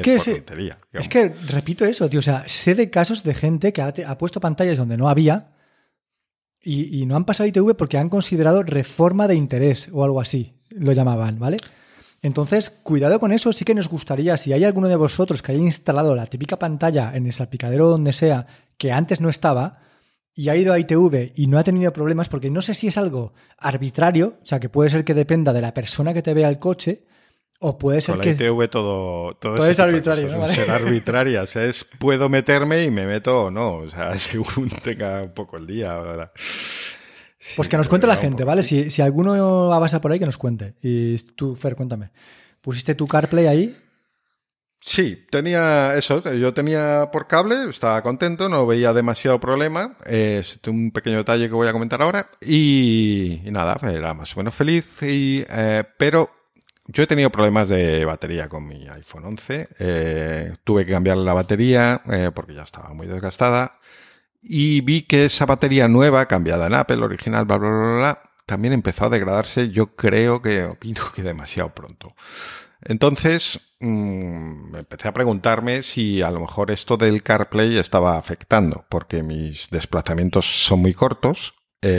repito eso, tío. O sea, sé de casos de gente que ha puesto pantallas donde no había y no han pasado ITV porque han considerado reforma de interés o algo así, lo llamaban, ¿vale? Entonces, cuidado con eso, sí que nos gustaría, si hay alguno de vosotros que haya instalado la típica pantalla en el salpicadero donde sea, que antes no estaba, y ha ido a ITV y no ha tenido problemas, porque no sé si es algo arbitrario, o sea, que puede ser que dependa de la persona que te vea el coche, o puede ser con que... Con la ITV todo es arbitrario, ¿no? ¿Vale? Ser arbitraria, o sea, puedo meterme y me meto o no, o sea, según tenga un poco el día, ¿verdad? Pues que nos cuente la gente, ¿vale? Si alguno va a pasar por ahí, que nos cuente. Y tú, Fer, cuéntame. ¿Pusiste tu CarPlay ahí? Sí, tenía eso. Yo tenía por cable, estaba contento, no veía demasiado problema. Es un pequeño detalle que voy a comentar ahora. Y nada, era más o menos feliz. Pero yo he tenido problemas de batería con mi iPhone 11. Tuve que cambiarle la batería porque ya estaba muy desgastada. Y vi que esa batería nueva, cambiada en Apple, original, bla, bla, bla, bla, también empezó a degradarse. Yo opino que demasiado pronto. Entonces, me empecé a preguntarme si a lo mejor esto del CarPlay estaba afectando, porque mis desplazamientos son muy cortos.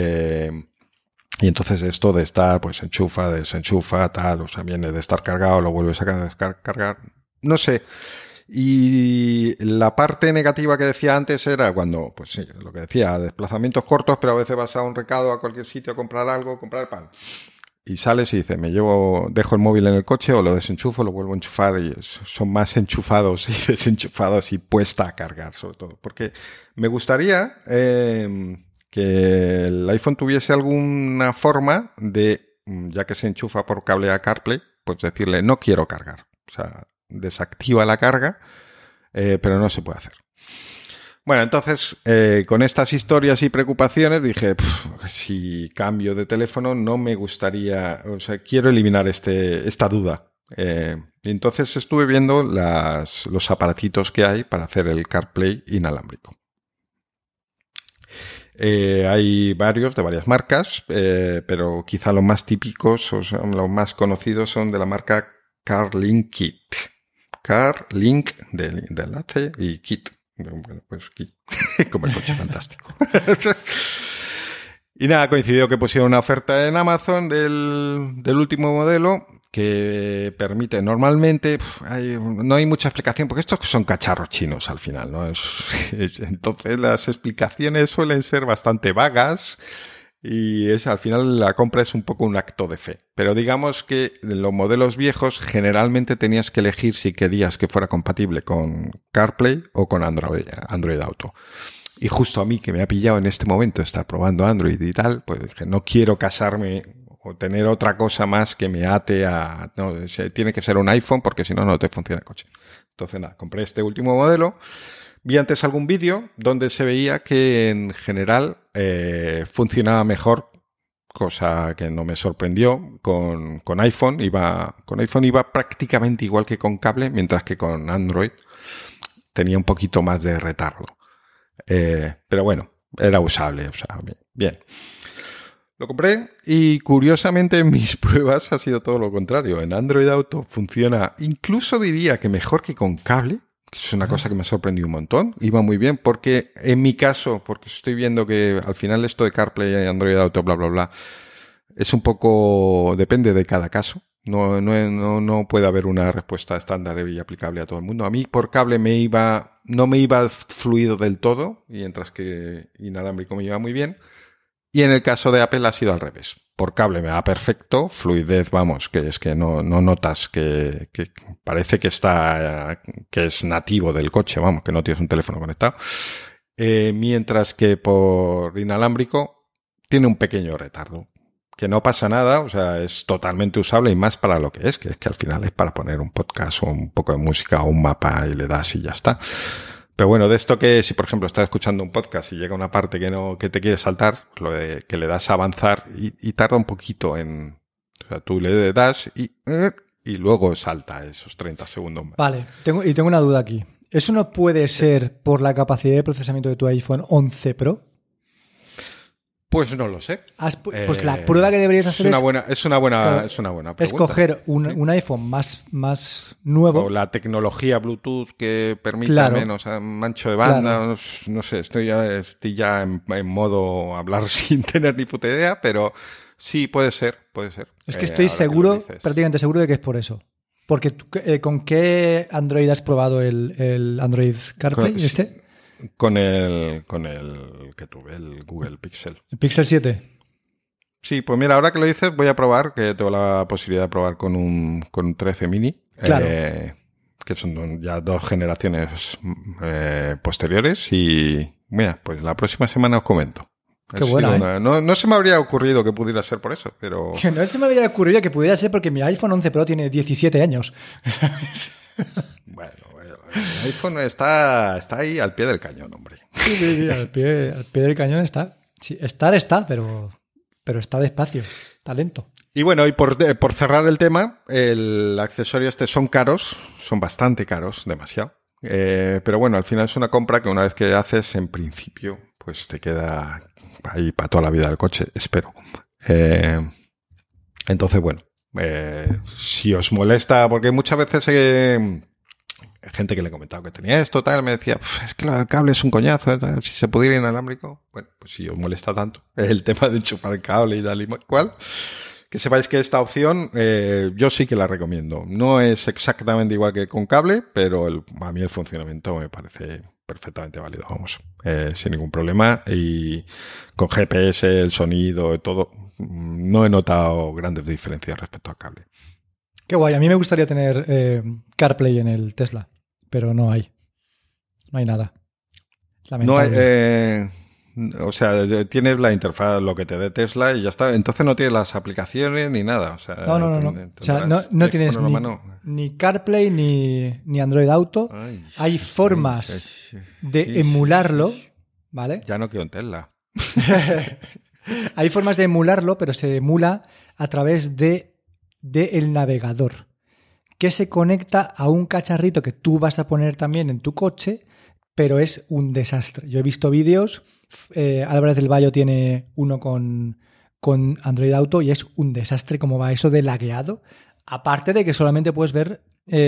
Y entonces esto de estar, pues enchufa, desenchufa, tal, o sea, viene de estar cargado, lo vuelves a descargar, no sé. Y la parte negativa que decía antes era cuando, pues sí, lo que decía, desplazamientos cortos, pero a veces vas a un recado, a cualquier sitio a comprar algo, comprar pan. Y sales y dices, dejo el móvil en el coche o lo desenchufo, lo vuelvo a enchufar, y son más enchufados y desenchufados y puesta a cargar, sobre todo. Porque me gustaría que el iPhone tuviese alguna forma de, ya que se enchufa por cable a CarPlay, pues decirle, no quiero cargar. O sea, desactiva la carga pero no se puede hacer. Bueno, entonces, con estas historias y preocupaciones dije, si cambio de teléfono no me gustaría, o sea, quiero eliminar esta duda. Y entonces estuve viendo los aparatitos que hay para hacer el CarPlay inalámbrico. Hay varios de varias marcas, pero quizá los más típicos, o sea, los más conocidos son de la marca CarLink Kit. CarLink de enlace y Kit. Bueno, pues Kit, como el coche fantástico. Y nada, coincidió que pusieron una oferta en Amazon del último modelo que permite, normalmente no hay mucha explicación, porque estos son cacharros chinos al final, ¿no? Entonces las explicaciones suelen ser bastante vagas y al final la compra es un poco un acto de fe. Pero digamos que en los modelos viejos generalmente tenías que elegir si querías que fuera compatible con CarPlay o con Android Auto. Y justo a mí, que me ha pillado en este momento estar probando Android y tal, pues dije, no quiero casarme o tener otra cosa más que me ate a... No, tiene que ser un iPhone porque si no, no te funciona el coche. Entonces, nada, compré este último modelo. Vi antes algún vídeo donde se veía que en general funcionaba mejor, cosa que no me sorprendió. Con iPhone iba prácticamente igual que con cable, mientras que con Android tenía un poquito más de retardo. Pero bueno, era usable, o sea, bien. Lo compré y curiosamente en mis pruebas ha sido todo lo contrario. En Android Auto funciona, incluso diría que mejor que con cable, que es una cosa que me ha sorprendido un montón. Iba muy bien porque en mi caso, porque estoy viendo que al final esto de CarPlay y Android Auto, bla, bla, bla, es un poco, depende de cada caso. No puede haber una respuesta estándar y aplicable a todo el mundo. A mí por cable no me iba fluido del todo, mientras que inalámbrico me iba muy bien. Y en el caso de Apple ha sido al revés. Por cable me va perfecto, fluidez, vamos, que es que no notas que parece que es nativo del coche, vamos, que no tienes un teléfono conectado. Mientras que por inalámbrico tiene un pequeño retardo. Que no pasa nada, o sea, es totalmente usable y más para lo que es que al final es para poner un podcast o un poco de música o un mapa y le das y ya está. Pero bueno, de esto que si por ejemplo estás escuchando un podcast y llega una parte que te quieres saltar, lo de que le das a avanzar y tarda un poquito o sea, tú le das y luego salta esos 30 segundos más. Vale, tengo una duda aquí. ¿Eso no puede ser por la capacidad de procesamiento de tu iPhone 11 Pro? Pues no lo sé. Pues la prueba que deberías hacer es una buena pregunta. Es coger un iPhone más nuevo. O la tecnología Bluetooth que permita menos ancho de banda. Claro. No sé, estoy ya en modo hablar sin tener ni puta idea, pero sí, puede ser. Es que estoy prácticamente seguro de que es por eso. Porque ¿con qué Android has probado el Android CarPlay? Con el que tuve, el Google Pixel. ¿El Pixel 7? Sí, pues mira, ahora que lo dices, voy a probar, que tengo la posibilidad de probar con un 13 mini. Claro. Que son ya 2 generaciones posteriores. Y mira, pues la próxima semana os comento. Qué buena, no se me habría ocurrido que pudiera ser por eso, pero... Que no se me habría ocurrido que pudiera ser porque mi iPhone 11 Pro tiene 17 años. Bueno, el iPhone está ahí al pie del cañón, hombre. Sí, al pie del cañón está. Sí, está, pero está despacio, está lento. Y bueno, y por cerrar el tema, el accesorio son caros, son bastante caros, demasiado. Pero bueno, al final es una compra que una vez que haces, en principio, pues te queda ahí para toda la vida del coche, espero. Entonces, bueno, si os molesta, porque muchas veces gente que le he comentado que tenía esto, tal, me decía, es que el cable es un coñazo, tal, si se pudiera ir inalámbrico. Bueno, pues si os molesta tanto el tema de enchufar el cable y tal y cual, que sepáis que esta opción yo sí que la recomiendo. No es exactamente igual que con cable, pero a mí el funcionamiento me parece perfectamente válido, vamos, sin ningún problema. Y con GPS, el sonido, todo, no he notado grandes diferencias respecto al cable. Qué guay, a mí me gustaría tener CarPlay en el Tesla, pero no hay nada. Lamentable. O sea, tienes la interfaz, lo que te dé Tesla y ya está. Entonces no tienes las aplicaciones ni nada. O sea, No. O sea, no tienes ni CarPlay ni Android Auto. Ay, hay formas de emularlo, ¿vale? Ya no quiero en Tesla. Hay formas de emularlo, pero se emula a través de el navegador, que se conecta a un cacharrito que tú vas a poner también en tu coche, pero es un desastre. Yo he visto vídeos, Álvarez del Valle tiene uno con Android Auto y es un desastre cómo va eso de lagueado, aparte de que solamente puedes ver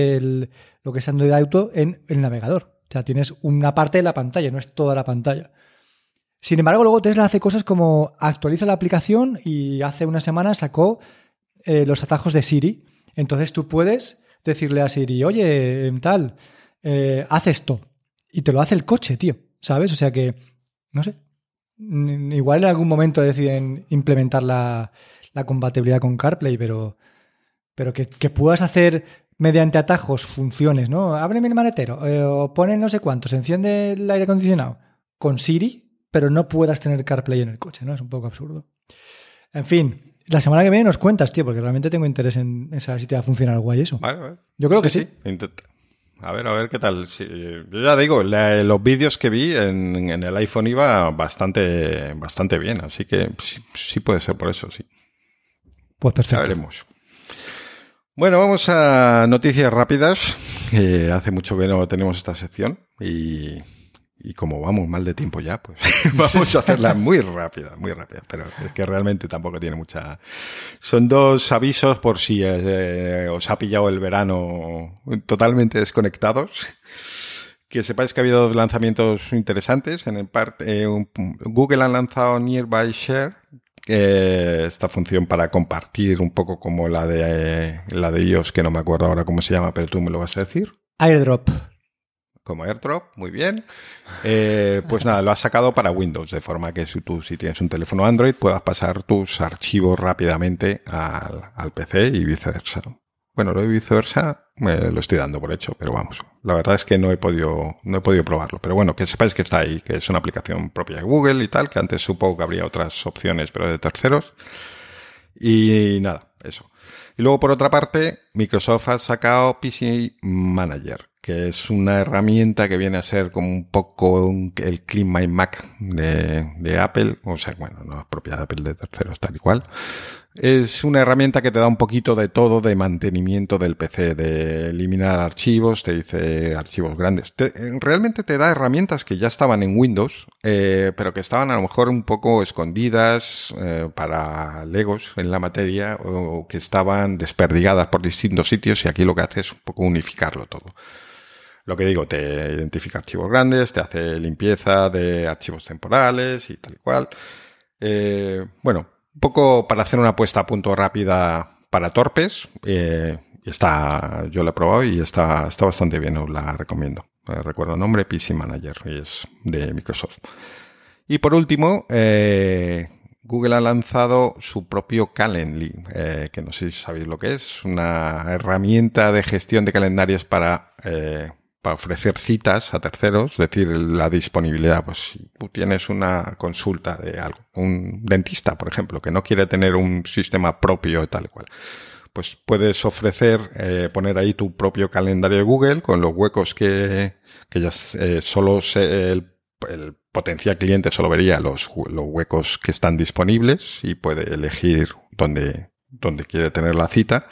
lo que es Android Auto en el navegador. O sea, tienes una parte de la pantalla, no es toda la pantalla. Sin embargo, luego Tesla hace cosas como actualiza la aplicación y hace una semana sacó los atajos de Siri. Entonces tú puedes decirle a Siri, oye, tal, haz esto. Y te lo hace el coche, tío, ¿sabes? O sea que, no sé, igual en algún momento deciden implementar la compatibilidad con CarPlay, pero que puedas hacer mediante atajos funciones, ¿no? Ábreme el maletero, o pone no sé cuánto, se enciende el aire acondicionado con Siri, pero no puedas tener CarPlay en el coche, ¿no? Es un poco absurdo. En fin, la semana que viene nos cuentas, tío, porque realmente tengo interés en saber si te va a funcionar guay eso. Vale. Yo creo que sí. Intenta. A ver qué tal. Sí, yo ya digo, los vídeos que vi en el iPhone iba bastante bien, así que sí puede ser por eso, sí. Pues perfecto. Ya veremos. Bueno, vamos a noticias rápidas. Hace mucho que no tenemos esta sección y como vamos mal de tiempo ya, pues vamos a hacerla muy rápida, pero es que realmente tampoco tiene mucha... Son 2 avisos por si os ha pillado el verano totalmente desconectados. Que sepáis que ha habido 2 lanzamientos interesantes. Google ha lanzado Nearby Share, esta función para compartir un poco como la de iOS, que no me acuerdo ahora cómo se llama, pero tú me lo vas a decir. AirDrop. Como AirDrop, muy bien. Pues nada, lo has sacado para Windows, de forma que si tienes un teléfono Android puedas pasar tus archivos rápidamente al PC y viceversa. Bueno, lo de viceversa me lo estoy dando por hecho, pero vamos, la verdad es que no he podido probarlo. Pero bueno, que sepáis que está ahí, que es una aplicación propia de Google y tal, que antes supongo que habría otras opciones, pero de terceros. Y nada, eso. Y luego, por otra parte, Microsoft ha sacado PC Manager, que es una herramienta que viene a ser como un poco el Clean My Mac de Apple. O sea, bueno, no es propia de Apple, de terceros, tal y cual. Es una herramienta que te da un poquito de todo de mantenimiento del PC, de eliminar archivos, te dice archivos grandes. Realmente te da herramientas que ya estaban en Windows, pero que estaban a lo mejor un poco escondidas para legos en la materia o que estaban desperdigadas por distintos sitios, y aquí lo que hace es un poco unificarlo todo. Lo que digo, te identifica archivos grandes, te hace limpieza de archivos temporales y tal y cual. Bueno, un poco para hacer una puesta a punto rápida para torpes. Yo la he probado y está bastante bien, os la recomiendo. Recuerdo el nombre, PC Manager, y es de Microsoft. Y por último, Google ha lanzado su propio Calendly, que no sé si sabéis lo que es. Una herramienta de gestión de calendarios para ofrecer citas a terceros, es decir, la disponibilidad. Pues si tú tienes una consulta de algo, un dentista, por ejemplo, que no quiere tener un sistema propio tal y cual, pues puedes ofrecer, poner ahí tu propio calendario de Google con los huecos que ya solo el potencial cliente solo vería los huecos que están disponibles y puede elegir dónde quiere tener la cita.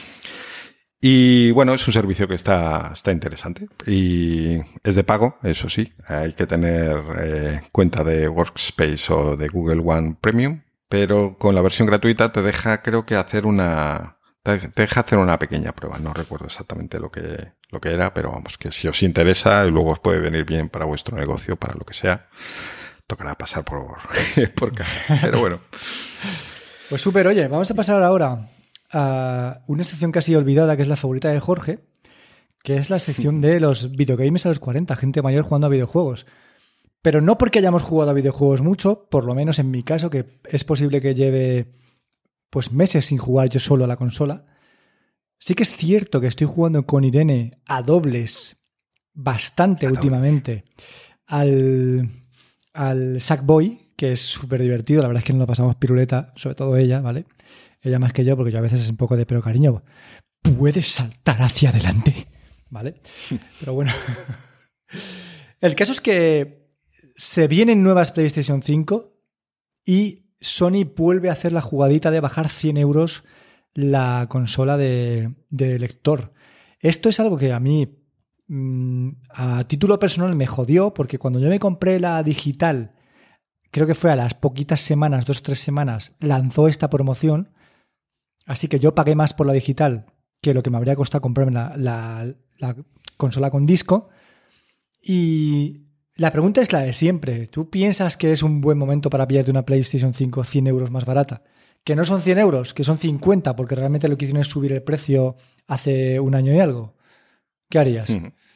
Y bueno, es un servicio que está interesante y es de pago, eso sí. Hay que tener cuenta de Workspace o de Google One Premium, pero con la versión gratuita te deja, creo que hacer una pequeña prueba. No recuerdo exactamente lo que era, pero vamos, que si os interesa y luego os puede venir bien para vuestro negocio, para lo que sea, tocará pasar por caja. Pero bueno. Pues súper, oye, vamos a pasar ahora a una sección casi olvidada, que es la favorita de Jorge, que es la sección de los videogames a los 40, gente mayor jugando a videojuegos. Pero no porque hayamos jugado a videojuegos mucho, por lo menos en mi caso, que es posible que lleve pues meses sin jugar yo solo a la consola. Sí que es cierto que estoy jugando con Irene a dobles bastante últimamente al al Sackboy, que es súper divertido. La verdad es que nos lo pasamos piruleta, sobre todo ella, ¿vale? Ella más que yo, porque yo a veces es un poco de, pero cariño, puedes saltar hacia adelante, ¿vale? Pero bueno. El caso es que se vienen nuevas PlayStation 5 y Sony vuelve a hacer la jugadita de bajar 100 euros la consola de lector. Esto es algo que a mí, a título personal, me jodió, porque cuando yo me compré la digital, creo que fue a las poquitas semanas, 2 o 3 semanas, lanzó esta promoción. Así que yo pagué más por la digital que lo que me habría costado comprarme la consola con disco. Y la pregunta es la de siempre. ¿Tú piensas que es un buen momento para pillarte una PlayStation 5 100 euros más barata? Que no son 100 euros, que son 50, porque realmente lo que hicieron es subir el precio hace un año y algo. ¿Qué harías?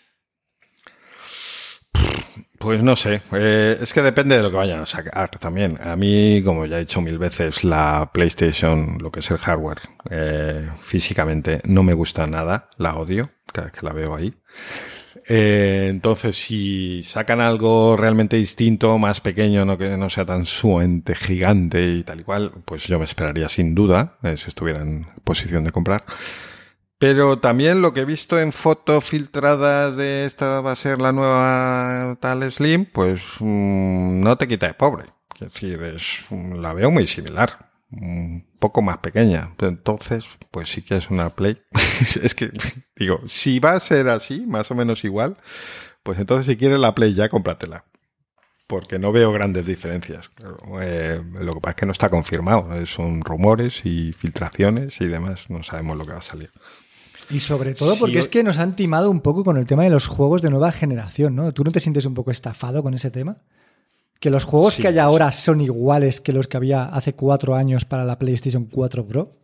Pues no sé, es que depende de lo que vayan a sacar también. A mí, como ya he dicho 1000 veces, la PlayStation, lo que es el hardware, físicamente no me gusta nada, la odio cada vez que la veo ahí. Entonces, si sacan algo realmente distinto, más pequeño, no que no sea tan sumamente gigante y tal y cual, pues yo me esperaría sin duda, si estuviera en posición de comprar. Pero también lo que he visto en fotos filtradas de esta va a ser la nueva tal Slim, pues no te quita de pobre. Es decir, la veo muy similar, un poco más pequeña. Entonces, pues sí que es una Play. Es que, digo, si va a ser así, más o menos igual, pues entonces si quieres la Play ya, cómpratela. Porque no veo grandes diferencias. Lo que pasa es que no está confirmado. Son rumores y filtraciones y demás. No sabemos lo que va a salir. Y sobre todo porque es que nos han timado un poco con el tema de los juegos de nueva generación, ¿no? ¿Tú no te sientes un poco estafado con ese tema? Que los juegos que hay ahora son iguales que los que había hace 4 años para la PlayStation 4 Pro.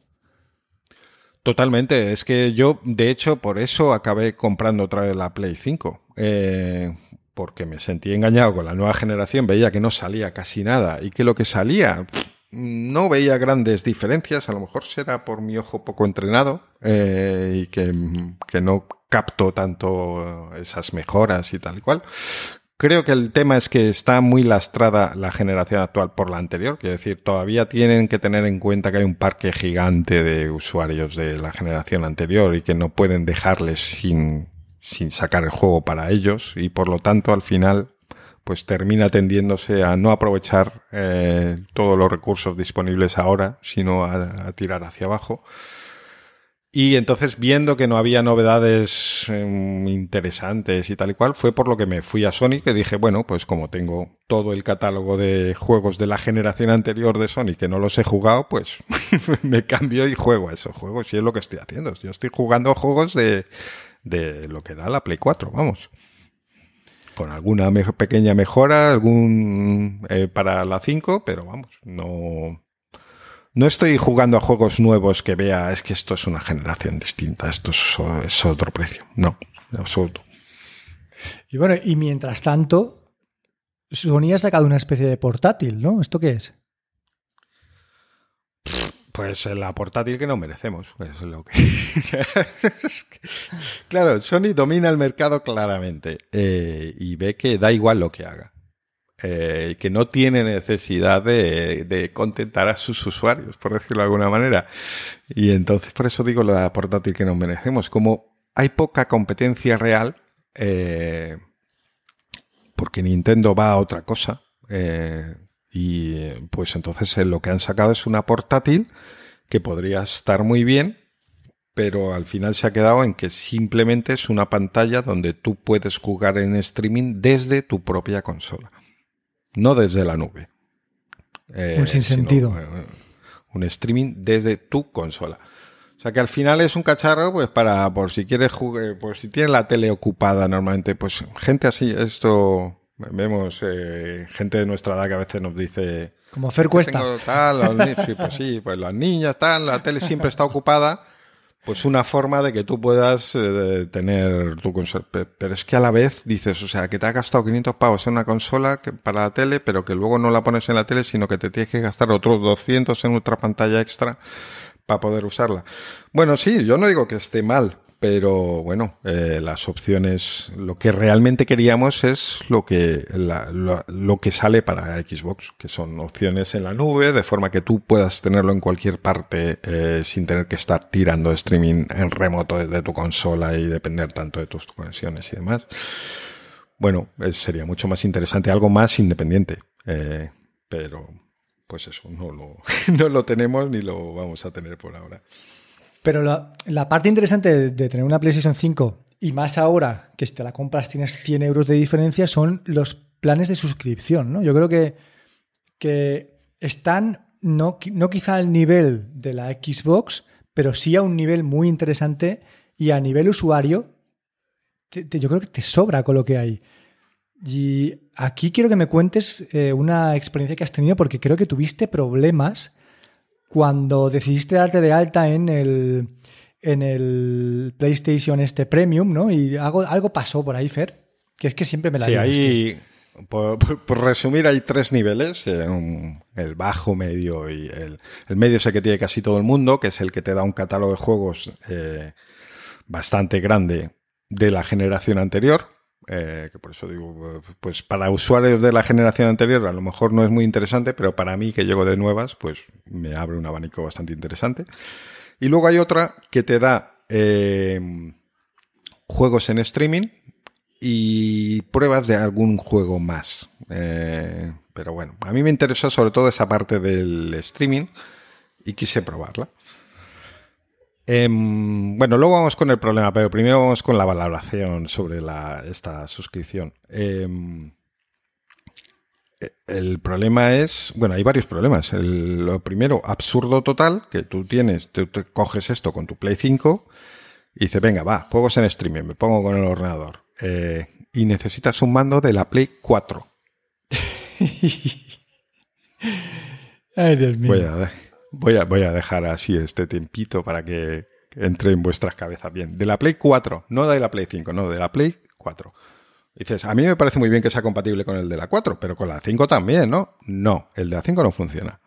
Totalmente. Es que yo, de hecho, por eso acabé comprando otra vez la Play 5. Porque me sentí engañado con la nueva generación. Veía que no salía casi nada y que lo que salía... no veía grandes diferencias, a lo mejor será por mi ojo poco entrenado y que no capto tanto esas mejoras y tal y cual. Creo que el tema es que está muy lastrada la generación actual por la anterior, quiero decir, todavía tienen que tener en cuenta que hay un parque gigante de usuarios de la generación anterior y que no pueden dejarles sin sacar el juego para ellos y por lo tanto al final pues termina tendiéndose a no aprovechar todos los recursos disponibles ahora, sino a tirar hacia abajo. Y entonces, viendo que no había novedades interesantes y tal y cual, fue por lo que me fui a Sony, que dije, bueno, pues como tengo todo el catálogo de juegos de la generación anterior de Sony que no los he jugado, pues me cambio y juego a esos juegos. Y es lo que estoy haciendo. Yo estoy jugando juegos de lo que da la Play 4, vamos. Con alguna pequeña mejora, para la 5, pero vamos, no estoy jugando a juegos nuevos que vea, es que esto es una generación distinta, esto es otro precio. No, en absoluto. Y bueno, y mientras tanto, Sony ha sacado una especie de portátil, ¿no? ¿Esto qué es? Pues la portátil que no merecemos. Es lo que... Claro, Sony domina el mercado claramente y ve que da igual lo que haga. Que no tiene necesidad de contentar a sus usuarios, por decirlo de alguna manera. Y entonces, por eso digo la portátil que no merecemos. Como hay poca competencia real, porque Nintendo va a otra cosa, y pues entonces lo que han sacado es una portátil que podría estar muy bien, pero al final se ha quedado en que simplemente es una pantalla donde tú puedes jugar en streaming desde tu propia consola, no desde la nube. Un sinsentido. Un streaming desde tu consola. O sea que al final es un cacharro, pues por si quieres jugar, por si tienes la tele ocupada normalmente, pues gente así, esto... Vemos gente de nuestra edad que a veces nos dice... Como Fer Cuesta. Pues sí, pues las niñas, la tele siempre está ocupada. Pues una forma de que tú puedas tener tu consola. Pero es que a la vez dices, o sea, que te has gastado 500 pavos en una consola para la tele, pero que luego no la pones en la tele, sino que te tienes que gastar otros 200 en otra pantalla extra para poder usarla. Bueno, sí, yo no digo que esté mal, pero bueno, las opciones, lo que realmente queríamos es lo que sale para Xbox, que son opciones en la nube, de forma que tú puedas tenerlo en cualquier parte sin tener que estar tirando streaming en remoto desde tu consola y depender tanto de tus conexiones y demás. Bueno, sería mucho más interesante, algo más independiente, pero pues eso, no lo tenemos ni lo vamos a tener por ahora. Pero la parte interesante de tener una PlayStation 5, y más ahora que si te la compras tienes 100 euros de diferencia, son los planes de suscripción, ¿no? Yo creo que están no quizá al nivel de la Xbox, pero sí a un nivel muy interesante, y a nivel usuario yo creo que te sobra con lo que hay. Y aquí quiero que me cuentes una experiencia que has tenido, porque creo que tuviste problemas cuando decidiste darte de alta en el PlayStation Premium, ¿no? Y algo pasó por ahí, Fer, que es que siempre me la digo. Sí, ahí, por resumir, hay 3 niveles, el bajo, medio y el medio es el que tiene casi todo el mundo, que es el que te da un catálogo de juegos bastante grande de la generación anterior, que por eso digo, pues para usuarios de la generación anterior a lo mejor no es muy interesante, pero para mí, que llego de nuevas, pues me abre un abanico bastante interesante. Y luego hay otra que te da juegos en streaming y pruebas de algún juego más. Pero bueno, a mí me interesó sobre todo esa parte del streaming y quise probarla. Bueno, luego vamos con el problema, pero primero vamos con la valoración sobre esta suscripción. El problema es, bueno, hay varios problemas. Lo primero, absurdo total, que tú coges esto con tu Play 5 y dices, venga, va, juegos en streaming, me pongo con el ordenador. Y necesitas un mando de la Play 4. Ay, Dios mío. Voy a dejar así este tiempito para que entre en vuestras cabezas bien. De la Play 4, no de la Play 5, no, de la Play 4. Dices, a mí me parece muy bien que sea compatible con el de la 4, pero con la 5 también, ¿no? No, el de la 5 no funciona.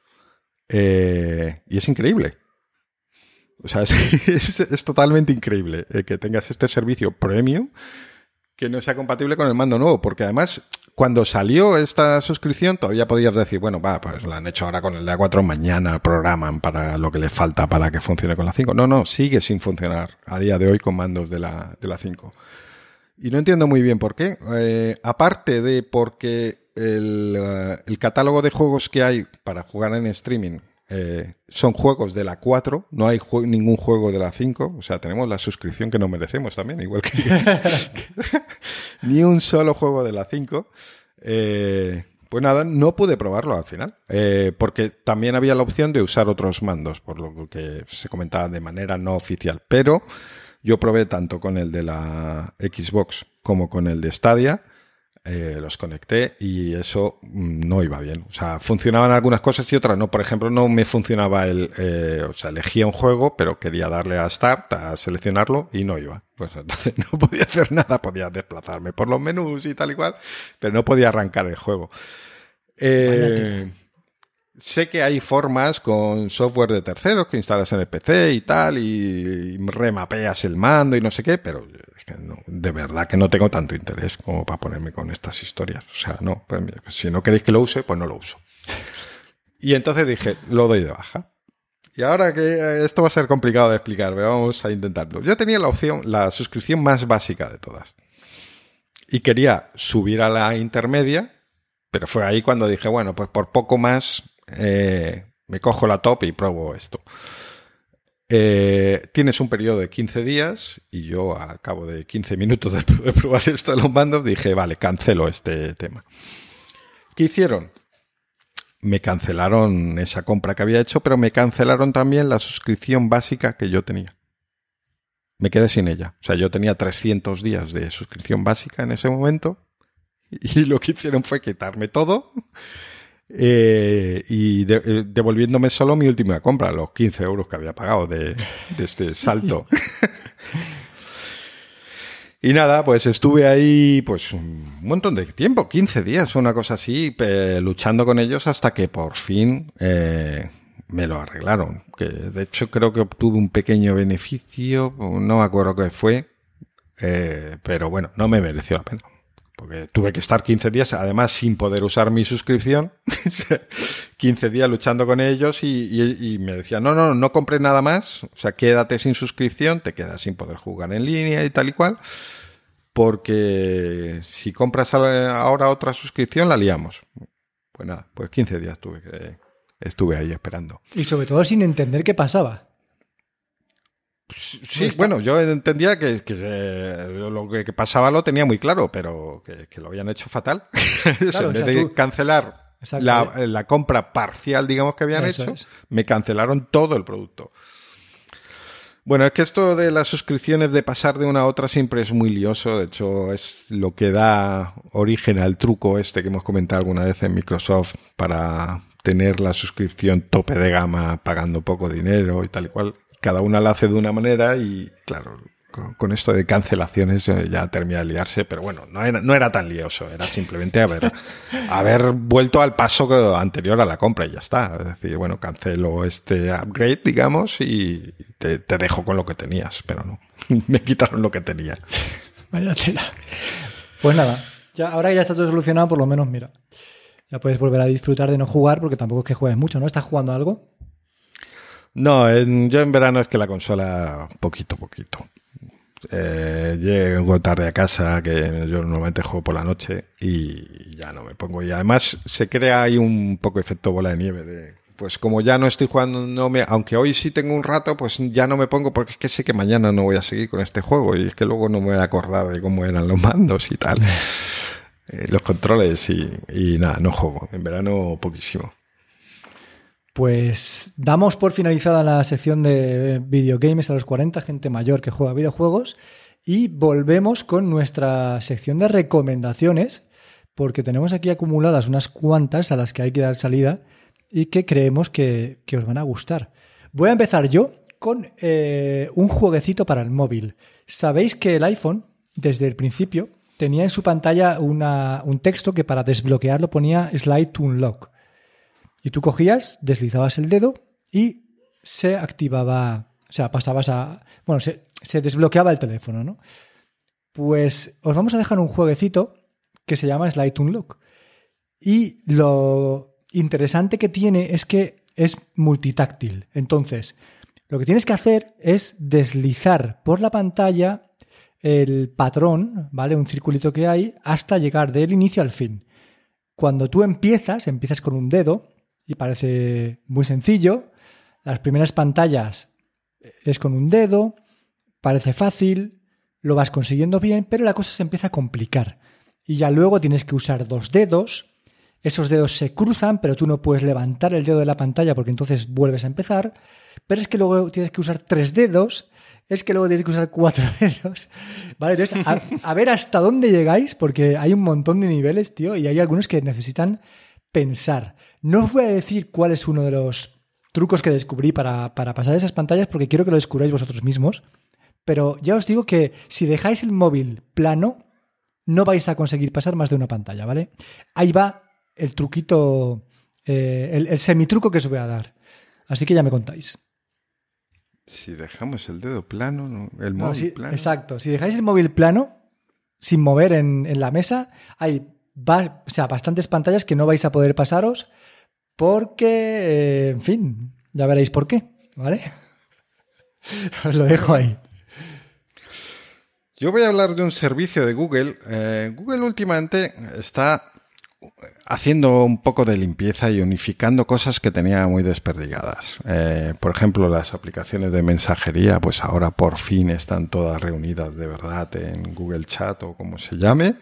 Y es increíble. O sea, es totalmente increíble que tengas este servicio premium que no sea compatible con el mando nuevo, porque además, cuando salió esta suscripción, todavía podías decir, bueno, va, pues la han hecho ahora con el de A4, mañana programan para lo que le falta para que funcione con la 5. No, sigue sin funcionar a día de hoy con mandos de la 5. Y no entiendo muy bien por qué. Aparte de porque el catálogo de juegos que hay para jugar en streaming son juegos de la 4, no hay ningún juego de la 5, o sea, tenemos la suscripción que nos merecemos también, igual que ni un solo juego de la 5. Pues nada, no pude probarlo al final, porque también había la opción de usar otros mandos, por lo que se comentaba de manera no oficial, pero yo probé tanto con el de la Xbox como con el de Stadia. Los conecté y eso no iba bien. O sea, funcionaban algunas cosas y otras no. Por ejemplo, no me funcionaba o sea, elegía un juego, pero quería darle a Start, a seleccionarlo y no iba. Pues entonces no podía hacer nada, podía desplazarme por los menús y tal y cual, pero no podía arrancar el juego. Sé que hay formas con software de terceros que instalas en el PC y tal, y remapeas el mando y no sé qué, pero es que no, de verdad que no tengo tanto interés como para ponerme con estas historias. O sea, no, pues si no queréis que lo use, pues no lo uso. Y entonces dije, lo doy de baja. Y ahora que esto va a ser complicado de explicar, pero vamos a intentarlo. Yo tenía la suscripción más básica de todas. Y quería subir a la intermedia, pero fue ahí cuando dije, bueno, pues por poco más me cojo la top y pruebo esto. Tienes un periodo de 15 días y yo al cabo de 15 minutos de probar esto de los mandos dije, vale, cancelo este tema. ¿Qué hicieron? Me cancelaron esa compra que había hecho, pero me cancelaron también la suscripción básica que yo tenía. Me quedé sin ella. O sea, yo tenía 300 días de suscripción básica en ese momento y lo que hicieron fue quitarme todo y devolviéndome solo mi última compra, los 15 euros que había pagado de este salto. Y nada, pues estuve ahí pues un montón de tiempo, 15 días o una cosa así, luchando con ellos hasta que por fin me lo arreglaron. Que de hecho creo que obtuve un pequeño beneficio, no me acuerdo qué fue, pero bueno, no me mereció la pena. Porque tuve que estar 15 días, además sin poder usar mi suscripción, 15 días luchando con ellos y me decían, no compres nada más, o sea, quédate sin suscripción, te quedas sin poder jugar en línea y tal y cual, porque si compras ahora otra suscripción la liamos. Pues nada, pues 15 días estuve ahí esperando. Y sobre todo sin entender qué pasaba. Sí, bueno, yo entendía que lo que pasaba lo tenía muy claro, pero que lo habían hecho fatal. Claro, en vez de cancelar la compra parcial, digamos, que habían hecho, me cancelaron todo el producto. Bueno, es que esto de las suscripciones, de pasar de una a otra, siempre es muy lioso. De hecho, es lo que da origen al truco este que hemos comentado alguna vez en Microsoft para tener la suscripción tope de gama pagando poco dinero y tal y cual. Cada una la hace de una manera y, claro, con esto de cancelaciones ya termina de liarse, pero bueno, no era tan lioso, era simplemente haber vuelto al paso anterior a la compra y ya está. Es decir, bueno, cancelo este upgrade, digamos, y te dejo con lo que tenías, pero no, me quitaron lo que tenía. Vaya tela. Pues nada, ahora que ya está todo solucionado, por lo menos, mira, ya puedes volver a disfrutar de no jugar, porque tampoco es que juegues mucho, ¿no? ¿Estás jugando algo? No, yo en verano es que la consola poquito. Llego tarde a casa, que yo normalmente juego por la noche y ya no me pongo. Y además se crea ahí un poco efecto bola de nieve. Pues como ya no estoy jugando, aunque hoy sí tengo un rato, pues ya no me pongo porque es que sé que mañana no voy a seguir con este juego y es que luego no me voy a acordar de cómo eran los mandos y tal. Los controles y nada, no juego. En verano poquísimo. Pues damos por finalizada la sección de videogames a los 40, gente mayor que juega videojuegos, y volvemos con nuestra sección de recomendaciones, porque tenemos aquí acumuladas unas cuantas a las que hay que dar salida y que creemos que os van a gustar. Voy a empezar yo con un jueguecito para el móvil. Sabéis que el iPhone, desde el principio, tenía en su pantalla un texto que para desbloquearlo ponía Slide to Unlock. Y tú cogías, deslizabas el dedo y se activaba, o sea, pasabas a... Bueno, se desbloqueaba el teléfono, ¿no? Pues os vamos a dejar un jueguecito que se llama Slide to Unlock. Y lo interesante que tiene es que es multitáctil. Entonces, lo que tienes que hacer es deslizar por la pantalla el patrón, ¿vale? Un circulito que hay hasta llegar del inicio al fin. Cuando tú empiezas con un dedo y parece muy sencillo. Las primeras pantallas es con un dedo, parece fácil, lo vas consiguiendo bien, pero la cosa se empieza a complicar. Y ya luego tienes que usar 2 dedos, esos dedos se cruzan, pero tú no puedes levantar el dedo de la pantalla porque entonces vuelves a empezar. Pero es que luego tienes que usar 3 dedos, es que luego tienes que usar 4 dedos. Vale, entonces a ver hasta dónde llegáis, porque hay un montón de niveles, tío, y hay algunos que necesitan pensar. No os voy a decir cuál es uno de los trucos que descubrí para pasar esas pantallas, porque quiero que lo descubráis vosotros mismos, pero ya os digo que si dejáis el móvil plano, no vais a conseguir pasar más de una pantalla, ¿vale? Ahí va el truquito, el semitruco que os voy a dar. Así que ya me contáis. Si dejamos el dedo plano, ¿no? El móvil plano. Exacto. Si dejáis el móvil plano, sin mover en la mesa, hay bastantes pantallas que no vais a poder pasaros porque, en fin, ya veréis por qué, ¿vale? Os lo dejo ahí. Yo voy a hablar de un servicio de Google. Google últimamente está haciendo un poco de limpieza y unificando cosas que tenía muy desperdigadas. Por ejemplo, las aplicaciones de mensajería, pues ahora por fin están todas reunidas de verdad en Google Chat o como se llame.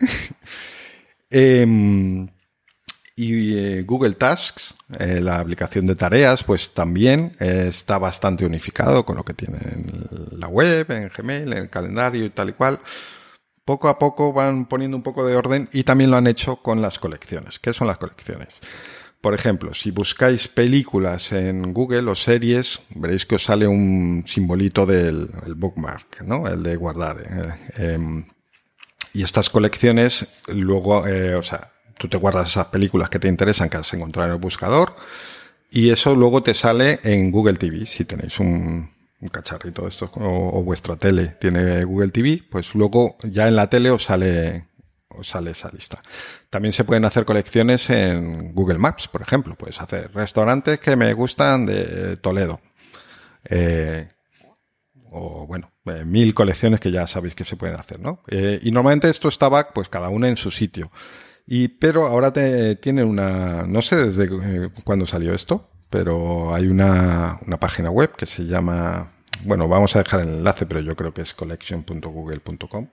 Google Tasks, la aplicación de tareas, pues también está bastante unificado con lo que tiene en la web, en Gmail, en el calendario y tal y cual. Poco a poco van poniendo un poco de orden y también lo han hecho con las colecciones. ¿Qué son las colecciones? Por ejemplo, si buscáis películas en Google o series, veréis que os sale un simbolito del bookmark, ¿no? El de guardar. Y estas colecciones luego, tú te guardas esas películas que te interesan, que has encontrado en el buscador, Y eso luego te sale en Google TV. Si tenéis un cacharrito de estos o vuestra tele tiene Google TV, pues luego ya en la tele os sale esa lista. También se pueden hacer colecciones en Google Maps, por ejemplo. Puedes hacer restaurantes que me gustan de Toledo. O bueno, 1000 colecciones que ya sabéis que se pueden hacer, ¿no? Y normalmente esto estaba pues cada una en su sitio. Pero ahora tiene una... No sé desde cuándo salió esto, pero hay una página web que se llama... Bueno, vamos a dejar el enlace, pero yo creo que es collection.google.com.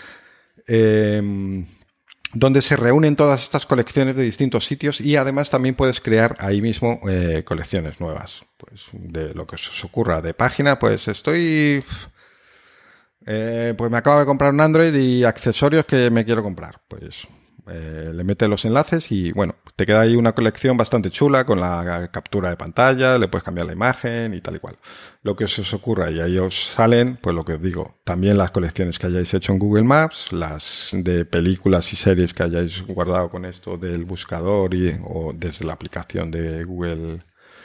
Donde se reúnen todas estas colecciones de distintos sitios y además también puedes crear ahí mismo colecciones nuevas. Pues de lo que os ocurra de página, pues estoy... pues me acabo de comprar un Android y accesorios que me quiero comprar. Pues le metes los enlaces y bueno, te queda ahí una colección bastante chula con la captura de pantalla, le puedes cambiar la imagen y tal y cual. Lo que os ocurra y ahí os salen, pues lo que os digo, también las colecciones que hayáis hecho en Google Maps, las de películas y series que hayáis guardado con esto del buscador o desde la aplicación de Google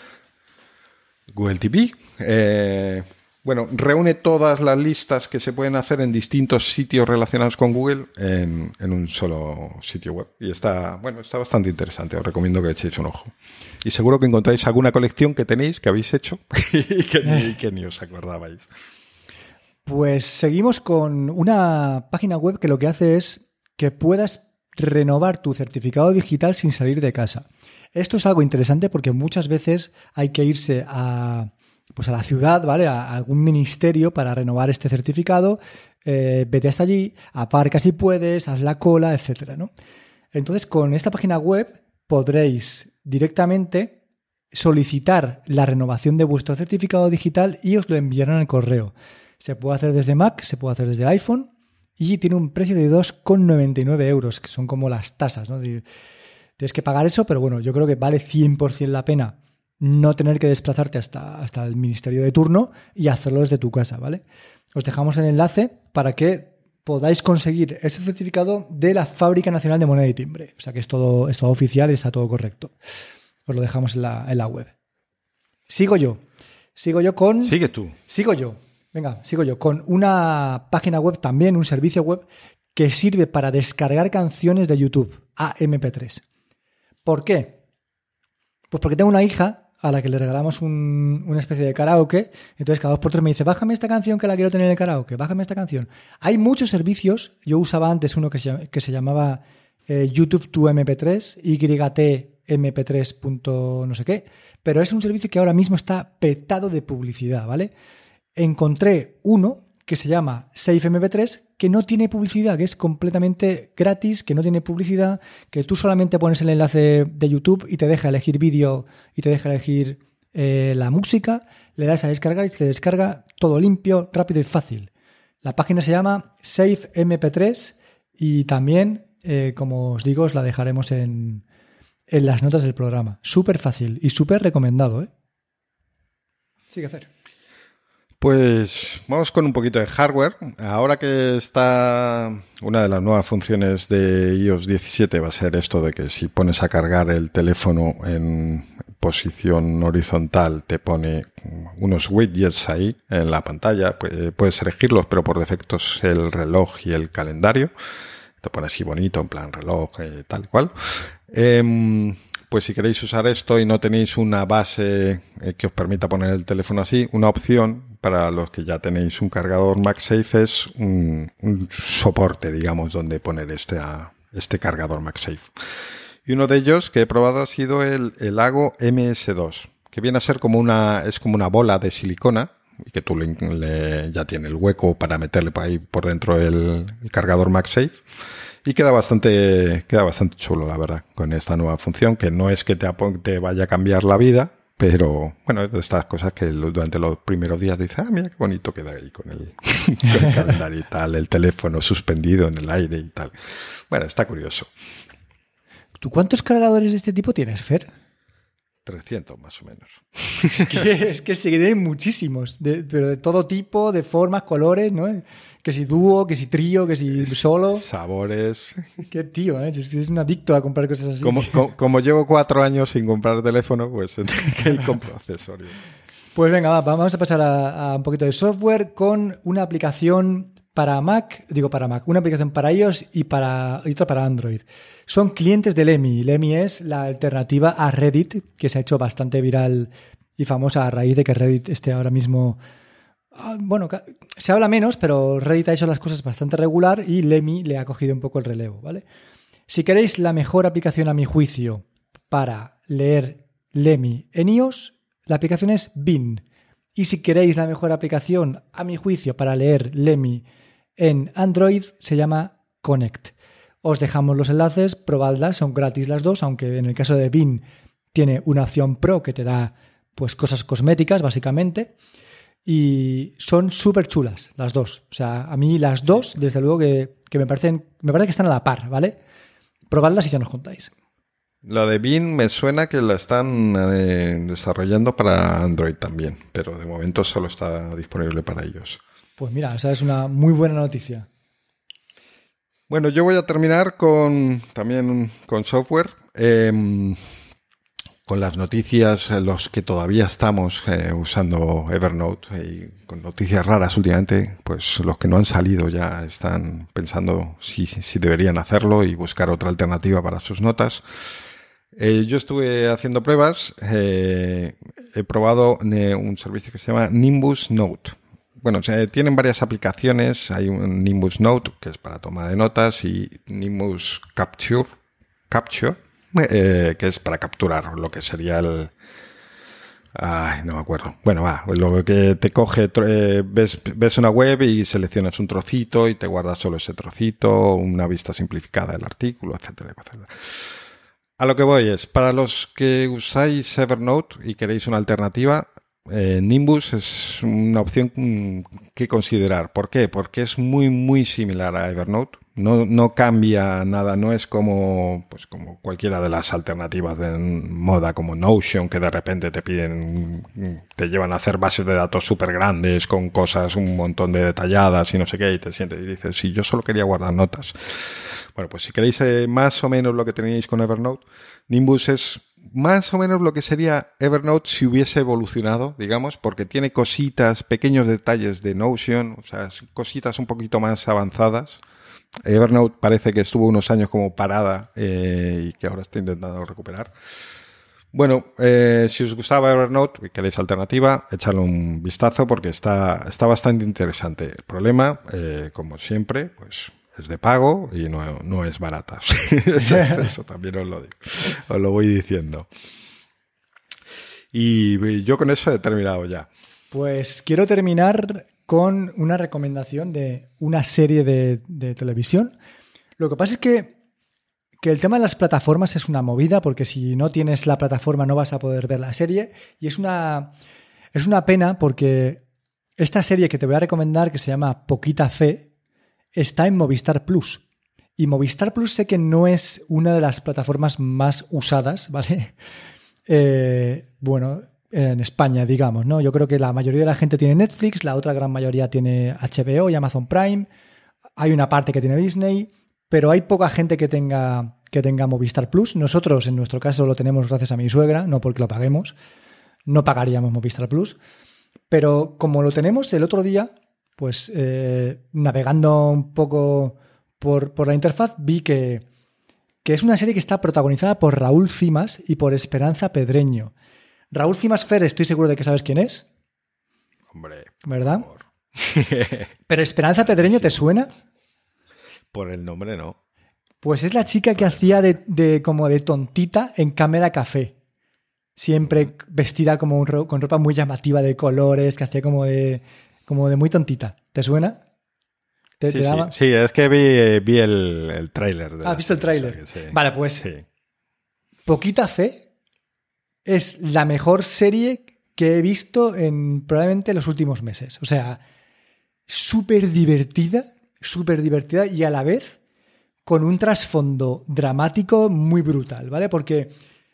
TV. Bueno, reúne todas las listas que se pueden hacer en distintos sitios relacionados con Google en un solo sitio web. Y está bastante interesante. Os recomiendo que echéis un ojo. Y seguro que encontráis alguna colección que tenéis, que habéis hecho y que ni os acordabais. Pues seguimos con una página web que lo que hace es que puedas renovar tu certificado digital sin salir de casa. Esto es algo interesante porque muchas veces hay que irse a la ciudad, ¿vale? A algún ministerio para renovar este certificado. Vete hasta allí, aparca si puedes, haz la cola, etcétera, ¿no? Entonces, con esta página web podréis directamente solicitar la renovación de vuestro certificado digital y os lo enviarán al correo. Se puede hacer desde Mac, se puede hacer desde iPhone y tiene un precio de 2,99 euros, que son como las tasas, ¿no? Tienes que pagar eso, pero bueno, yo creo que vale 100% la pena no tener que desplazarte hasta el ministerio de turno y hacerlo desde tu casa, ¿vale? Os dejamos el enlace para que podáis conseguir ese certificado de la Fábrica Nacional de Moneda y Timbre. O sea que es todo oficial y está todo correcto. Os lo dejamos en la web. Sigo yo con... Sigue tú. Sigo yo con una página web también, un servicio web que sirve para descargar canciones de YouTube a MP3. ¿Por qué? Pues porque tengo una hija a la que le regalamos una especie de karaoke. Entonces cada 2x3 me dice, bájame esta canción que la quiero tener en el karaoke, bájame esta canción. Hay muchos servicios. Yo usaba antes uno que se llamaba YouTube to MP3, YT MP3. No sé qué, pero es un servicio que ahora mismo está petado de publicidad, ¿vale? Encontré uno que se llama Safe MP3, que no tiene publicidad, que es completamente gratis, que no tiene publicidad, que tú solamente pones el enlace de YouTube y te deja elegir vídeo y te deja elegir la música, le das a descargar y te descarga todo limpio, rápido y fácil. La página se llama Safe MP3 y también, como os digo, os la dejaremos en las notas del programa. Súper fácil y súper recomendado, ¿eh? Sigue, Fer. Pues vamos con un poquito de hardware. Ahora que está una de las nuevas funciones de iOS 17 va a ser esto de que si pones a cargar el teléfono en posición horizontal te pone unos widgets ahí en la pantalla. Puedes elegirlos, pero por defecto es el reloj y el calendario. Te pone así bonito, en plan reloj, tal cual. Pues si queréis usar esto y no tenéis una base que os permita poner el teléfono así, una opción para los que ya tenéis un cargador MagSafe es un soporte, digamos, donde poner este cargador MagSafe. Y uno de ellos que he probado ha sido el Ago MS2, que viene a ser como una bola de silicona y que tú ya tiene el hueco para meterle por ahí por dentro el cargador MagSafe. Y queda bastante chulo, la verdad, con esta nueva función, que no es que te vaya a cambiar la vida, pero bueno, es de estas cosas que durante los primeros días dices, mira qué bonito queda ahí con el calendario y tal, el teléfono suspendido en el aire y tal. Bueno, está curioso. ¿Tú cuántos cargadores de este tipo tienes, Fer? 300 más o menos. Es que seguiré muchísimos, pero de todo tipo, de formas, colores, ¿no? Que si dúo, que si trío, que si solo. Sabores. Qué tío, ¿eh? Es un adicto a comprar cosas así. Como llevo 4 años sin comprar teléfono, pues que compro accesorios. Pues venga, vamos a pasar a un poquito de software con una aplicación para Mac, una aplicación para iOS y otra para Android. Son clientes de Lemmy. Lemmy es la alternativa a Reddit, que se ha hecho bastante viral y famosa a raíz de que Reddit esté ahora mismo... Bueno, se habla menos, pero Reddit ha hecho las cosas bastante regular y Lemmy le ha cogido un poco el relevo, ¿vale? Si queréis la mejor aplicación a mi juicio para leer Lemmy en iOS, la aplicación es Bin. Y si queréis la mejor aplicación a mi juicio para leer Lemmy en Android, se llama Connect. Os dejamos los enlaces, probadlas, son gratis las dos, aunque en el caso de Bin tiene una opción Pro que te da pues cosas cosméticas, básicamente. Y son súper chulas las dos. O sea, a mí las dos, desde luego que me parece que están a la par, ¿vale? Probadlas y ya nos contáis. La de Bing me suena que la están desarrollando para Android también, pero de momento solo está disponible para ellos. Pues mira, esa es una muy buena noticia. Bueno, yo voy a terminar también con software. Con las noticias, los que todavía estamos usando Evernote y con noticias raras últimamente, pues los que no han salido ya están pensando si deberían hacerlo y buscar otra alternativa para sus notas. Yo estuve haciendo pruebas, he probado un servicio que se llama Nimbus Note. Bueno, tienen varias aplicaciones, hay un Nimbus Note que es para toma de notas y Nimbus Capture, que es para capturar lo que sería no me acuerdo. Bueno, lo que te coge, ves una web y seleccionas un trocito y te guardas solo ese trocito, una vista simplificada del artículo, etcétera, etcétera. A lo que voy es, para los que usáis Evernote y queréis una alternativa, Nimbus es una opción que considerar. ¿Por qué? Porque es muy, muy similar a Evernote. No cambia nada, no es como cualquiera de las alternativas de moda como Notion, que de repente te llevan a hacer bases de datos súper grandes con cosas un montón de detalladas y no sé qué, y te sientes y dices, sí, yo solo quería guardar notas. Bueno, pues si queréis más o menos lo que tenéis con Evernote, Nimbus es más o menos lo que sería Evernote si hubiese evolucionado, digamos, porque tiene cositas, pequeños detalles de Notion, o sea, cositas un poquito más avanzadas. Evernote parece que estuvo unos años como parada y que ahora está intentando recuperar. Bueno, si os gustaba Evernote y queréis alternativa, echadle un vistazo porque está bastante interesante. El problema, como siempre, pues es de pago y no es barata. Eso también os lo voy diciendo. Y yo con eso he terminado ya. Pues quiero terminar con una recomendación de una serie de televisión. Lo que pasa es que el tema de las plataformas es una movida, porque si no tienes la plataforma no vas a poder ver la serie, y es una pena porque esta serie que te voy a recomendar, que se llama Poquita Fe, está en Movistar Plus. Y Movistar Plus sé que no es una de las plataformas más usadas, ¿vale? Bueno, en España, digamos, ¿no? Yo creo que la mayoría de la gente tiene Netflix, la otra gran mayoría tiene HBO y Amazon Prime, hay una parte que tiene Disney, pero hay poca gente que tenga Movistar Plus. Nosotros, en nuestro caso, lo tenemos gracias a mi suegra, no porque lo paguemos, no pagaríamos Movistar Plus, pero como lo tenemos el otro día, pues navegando un poco por la interfaz, vi que es una serie que está protagonizada por Raúl Cimas y por Esperanza Pedreño. Raúl Cimas Fer, estoy seguro de que sabes quién es. Hombre, ¿verdad? ¿Pero Esperanza Pedreño sí. ¿Te suena? Por el nombre no. Pues es la chica que hacía como de tontita en Cámara Café. Siempre vestida con ropa muy llamativa de colores, que hacía como de muy tontita. ¿Te suena? Sí, es que vi el tráiler. ¿Has visto el tráiler? Sí. Vale, pues sí. Poquita Fe es la mejor serie que he visto en probablemente los últimos meses. O sea, súper divertida y a la vez con un trasfondo dramático muy brutal, ¿vale? Porque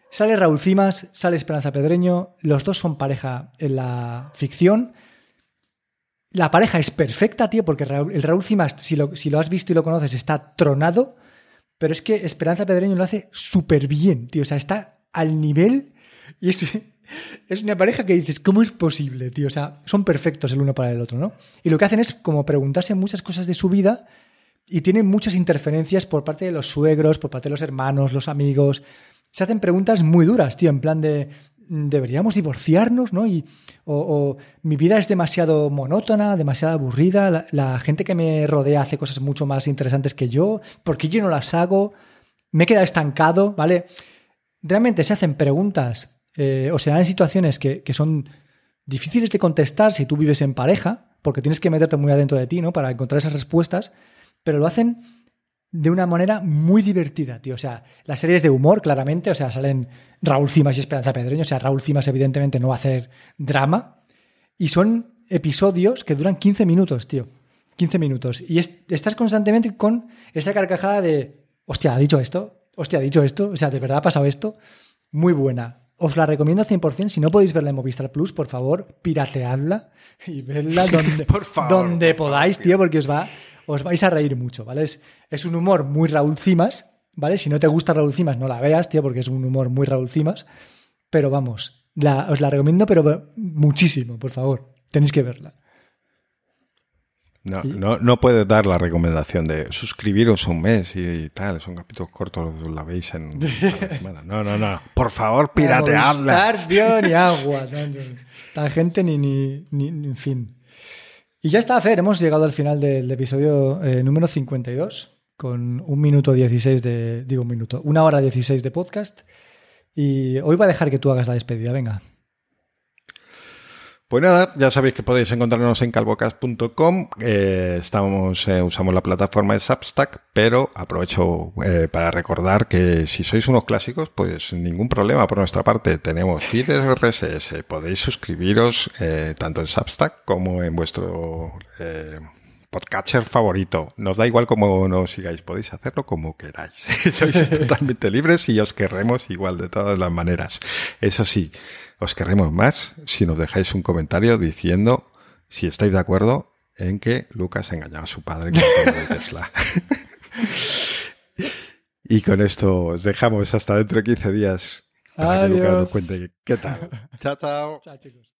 Sale Raúl Cimas, sale Esperanza Pedreño, los dos son pareja en la ficción. La pareja es perfecta, tío, porque el Raúl Cimas, si lo has visto y lo conoces, está tronado, pero es que Esperanza Pedreño lo hace súper bien, tío, o sea, está al nivel y es una pareja que dices, ¿cómo es posible, tío? O sea, son perfectos el uno para el otro, ¿no? Y lo que hacen es como preguntarse muchas cosas de su vida y tienen muchas interferencias por parte de los suegros, por parte de los hermanos, los amigos. Se hacen preguntas muy duras, tío, en plan de ¿deberíamos divorciarnos, no? O mi vida es demasiado monótona, demasiado aburrida, la gente que me rodea hace cosas mucho más interesantes que yo, ¿por qué yo no las hago? Me he quedado estancado, ¿vale? Realmente se hacen preguntas o se dan situaciones que son difíciles de contestar si tú vives en pareja, porque tienes que meterte muy adentro de ti, ¿no? Para encontrar esas respuestas, pero lo hacen de una manera muy divertida, tío. O sea, la serie es de humor, claramente. O sea, salen Raúl Cimas y Esperanza Pedreño. O sea, Raúl Cimas evidentemente no va a hacer drama. Y son episodios que duran 15 minutos, tío. 15 minutos. Y estás constantemente con esa carcajada de hostia, ¿ha dicho esto? Hostia, ¿ha dicho esto? O sea, ¿de verdad ha pasado esto? Muy buena. Os la recomiendo al 100%. Si no podéis verla en Movistar Plus, por favor, pirateadla y vedla donde podáis, tío, porque os vais a reír mucho, ¿vale? Es un humor muy Raúl Cimas, ¿vale? Si no te gusta Raúl Cimas, no la veas, tío, porque es un humor muy Raúl Cimas. Pero vamos, os la recomiendo, pero muchísimo, por favor. Tenéis que verla. No puedes dar la recomendación de suscribiros un mes y tal. Son capítulos cortos, la veis en una semana. No. Por favor, pirateadla. Tío, ni agua. Tangente ni en fin. Y ya está, Fer, hemos llegado al final del episodio número 52, con 1 minuto 16 1 hora 16 de podcast. Y hoy va a dejar que tú hagas la despedida, venga. Pues nada, ya sabéis que podéis encontrarnos en calvocast.com. Usamos la plataforma de Substack, pero aprovecho para recordar que si sois unos clásicos, pues ningún problema por nuestra parte. Tenemos feed RSS, podéis suscribiros tanto en Substack como en vuestro podcatcher favorito. Nos da igual cómo nos sigáis, podéis hacerlo como queráis. Sois totalmente libres y os querremos igual de todas las maneras. Eso sí, os querremos más si nos dejáis un comentario diciendo si estáis de acuerdo en que Lucas engañaba a su padre con el de Tesla. Y con esto os dejamos hasta dentro de 15 días para que Lucas nos cuente qué tal. Chao, chao. Chao, chicos.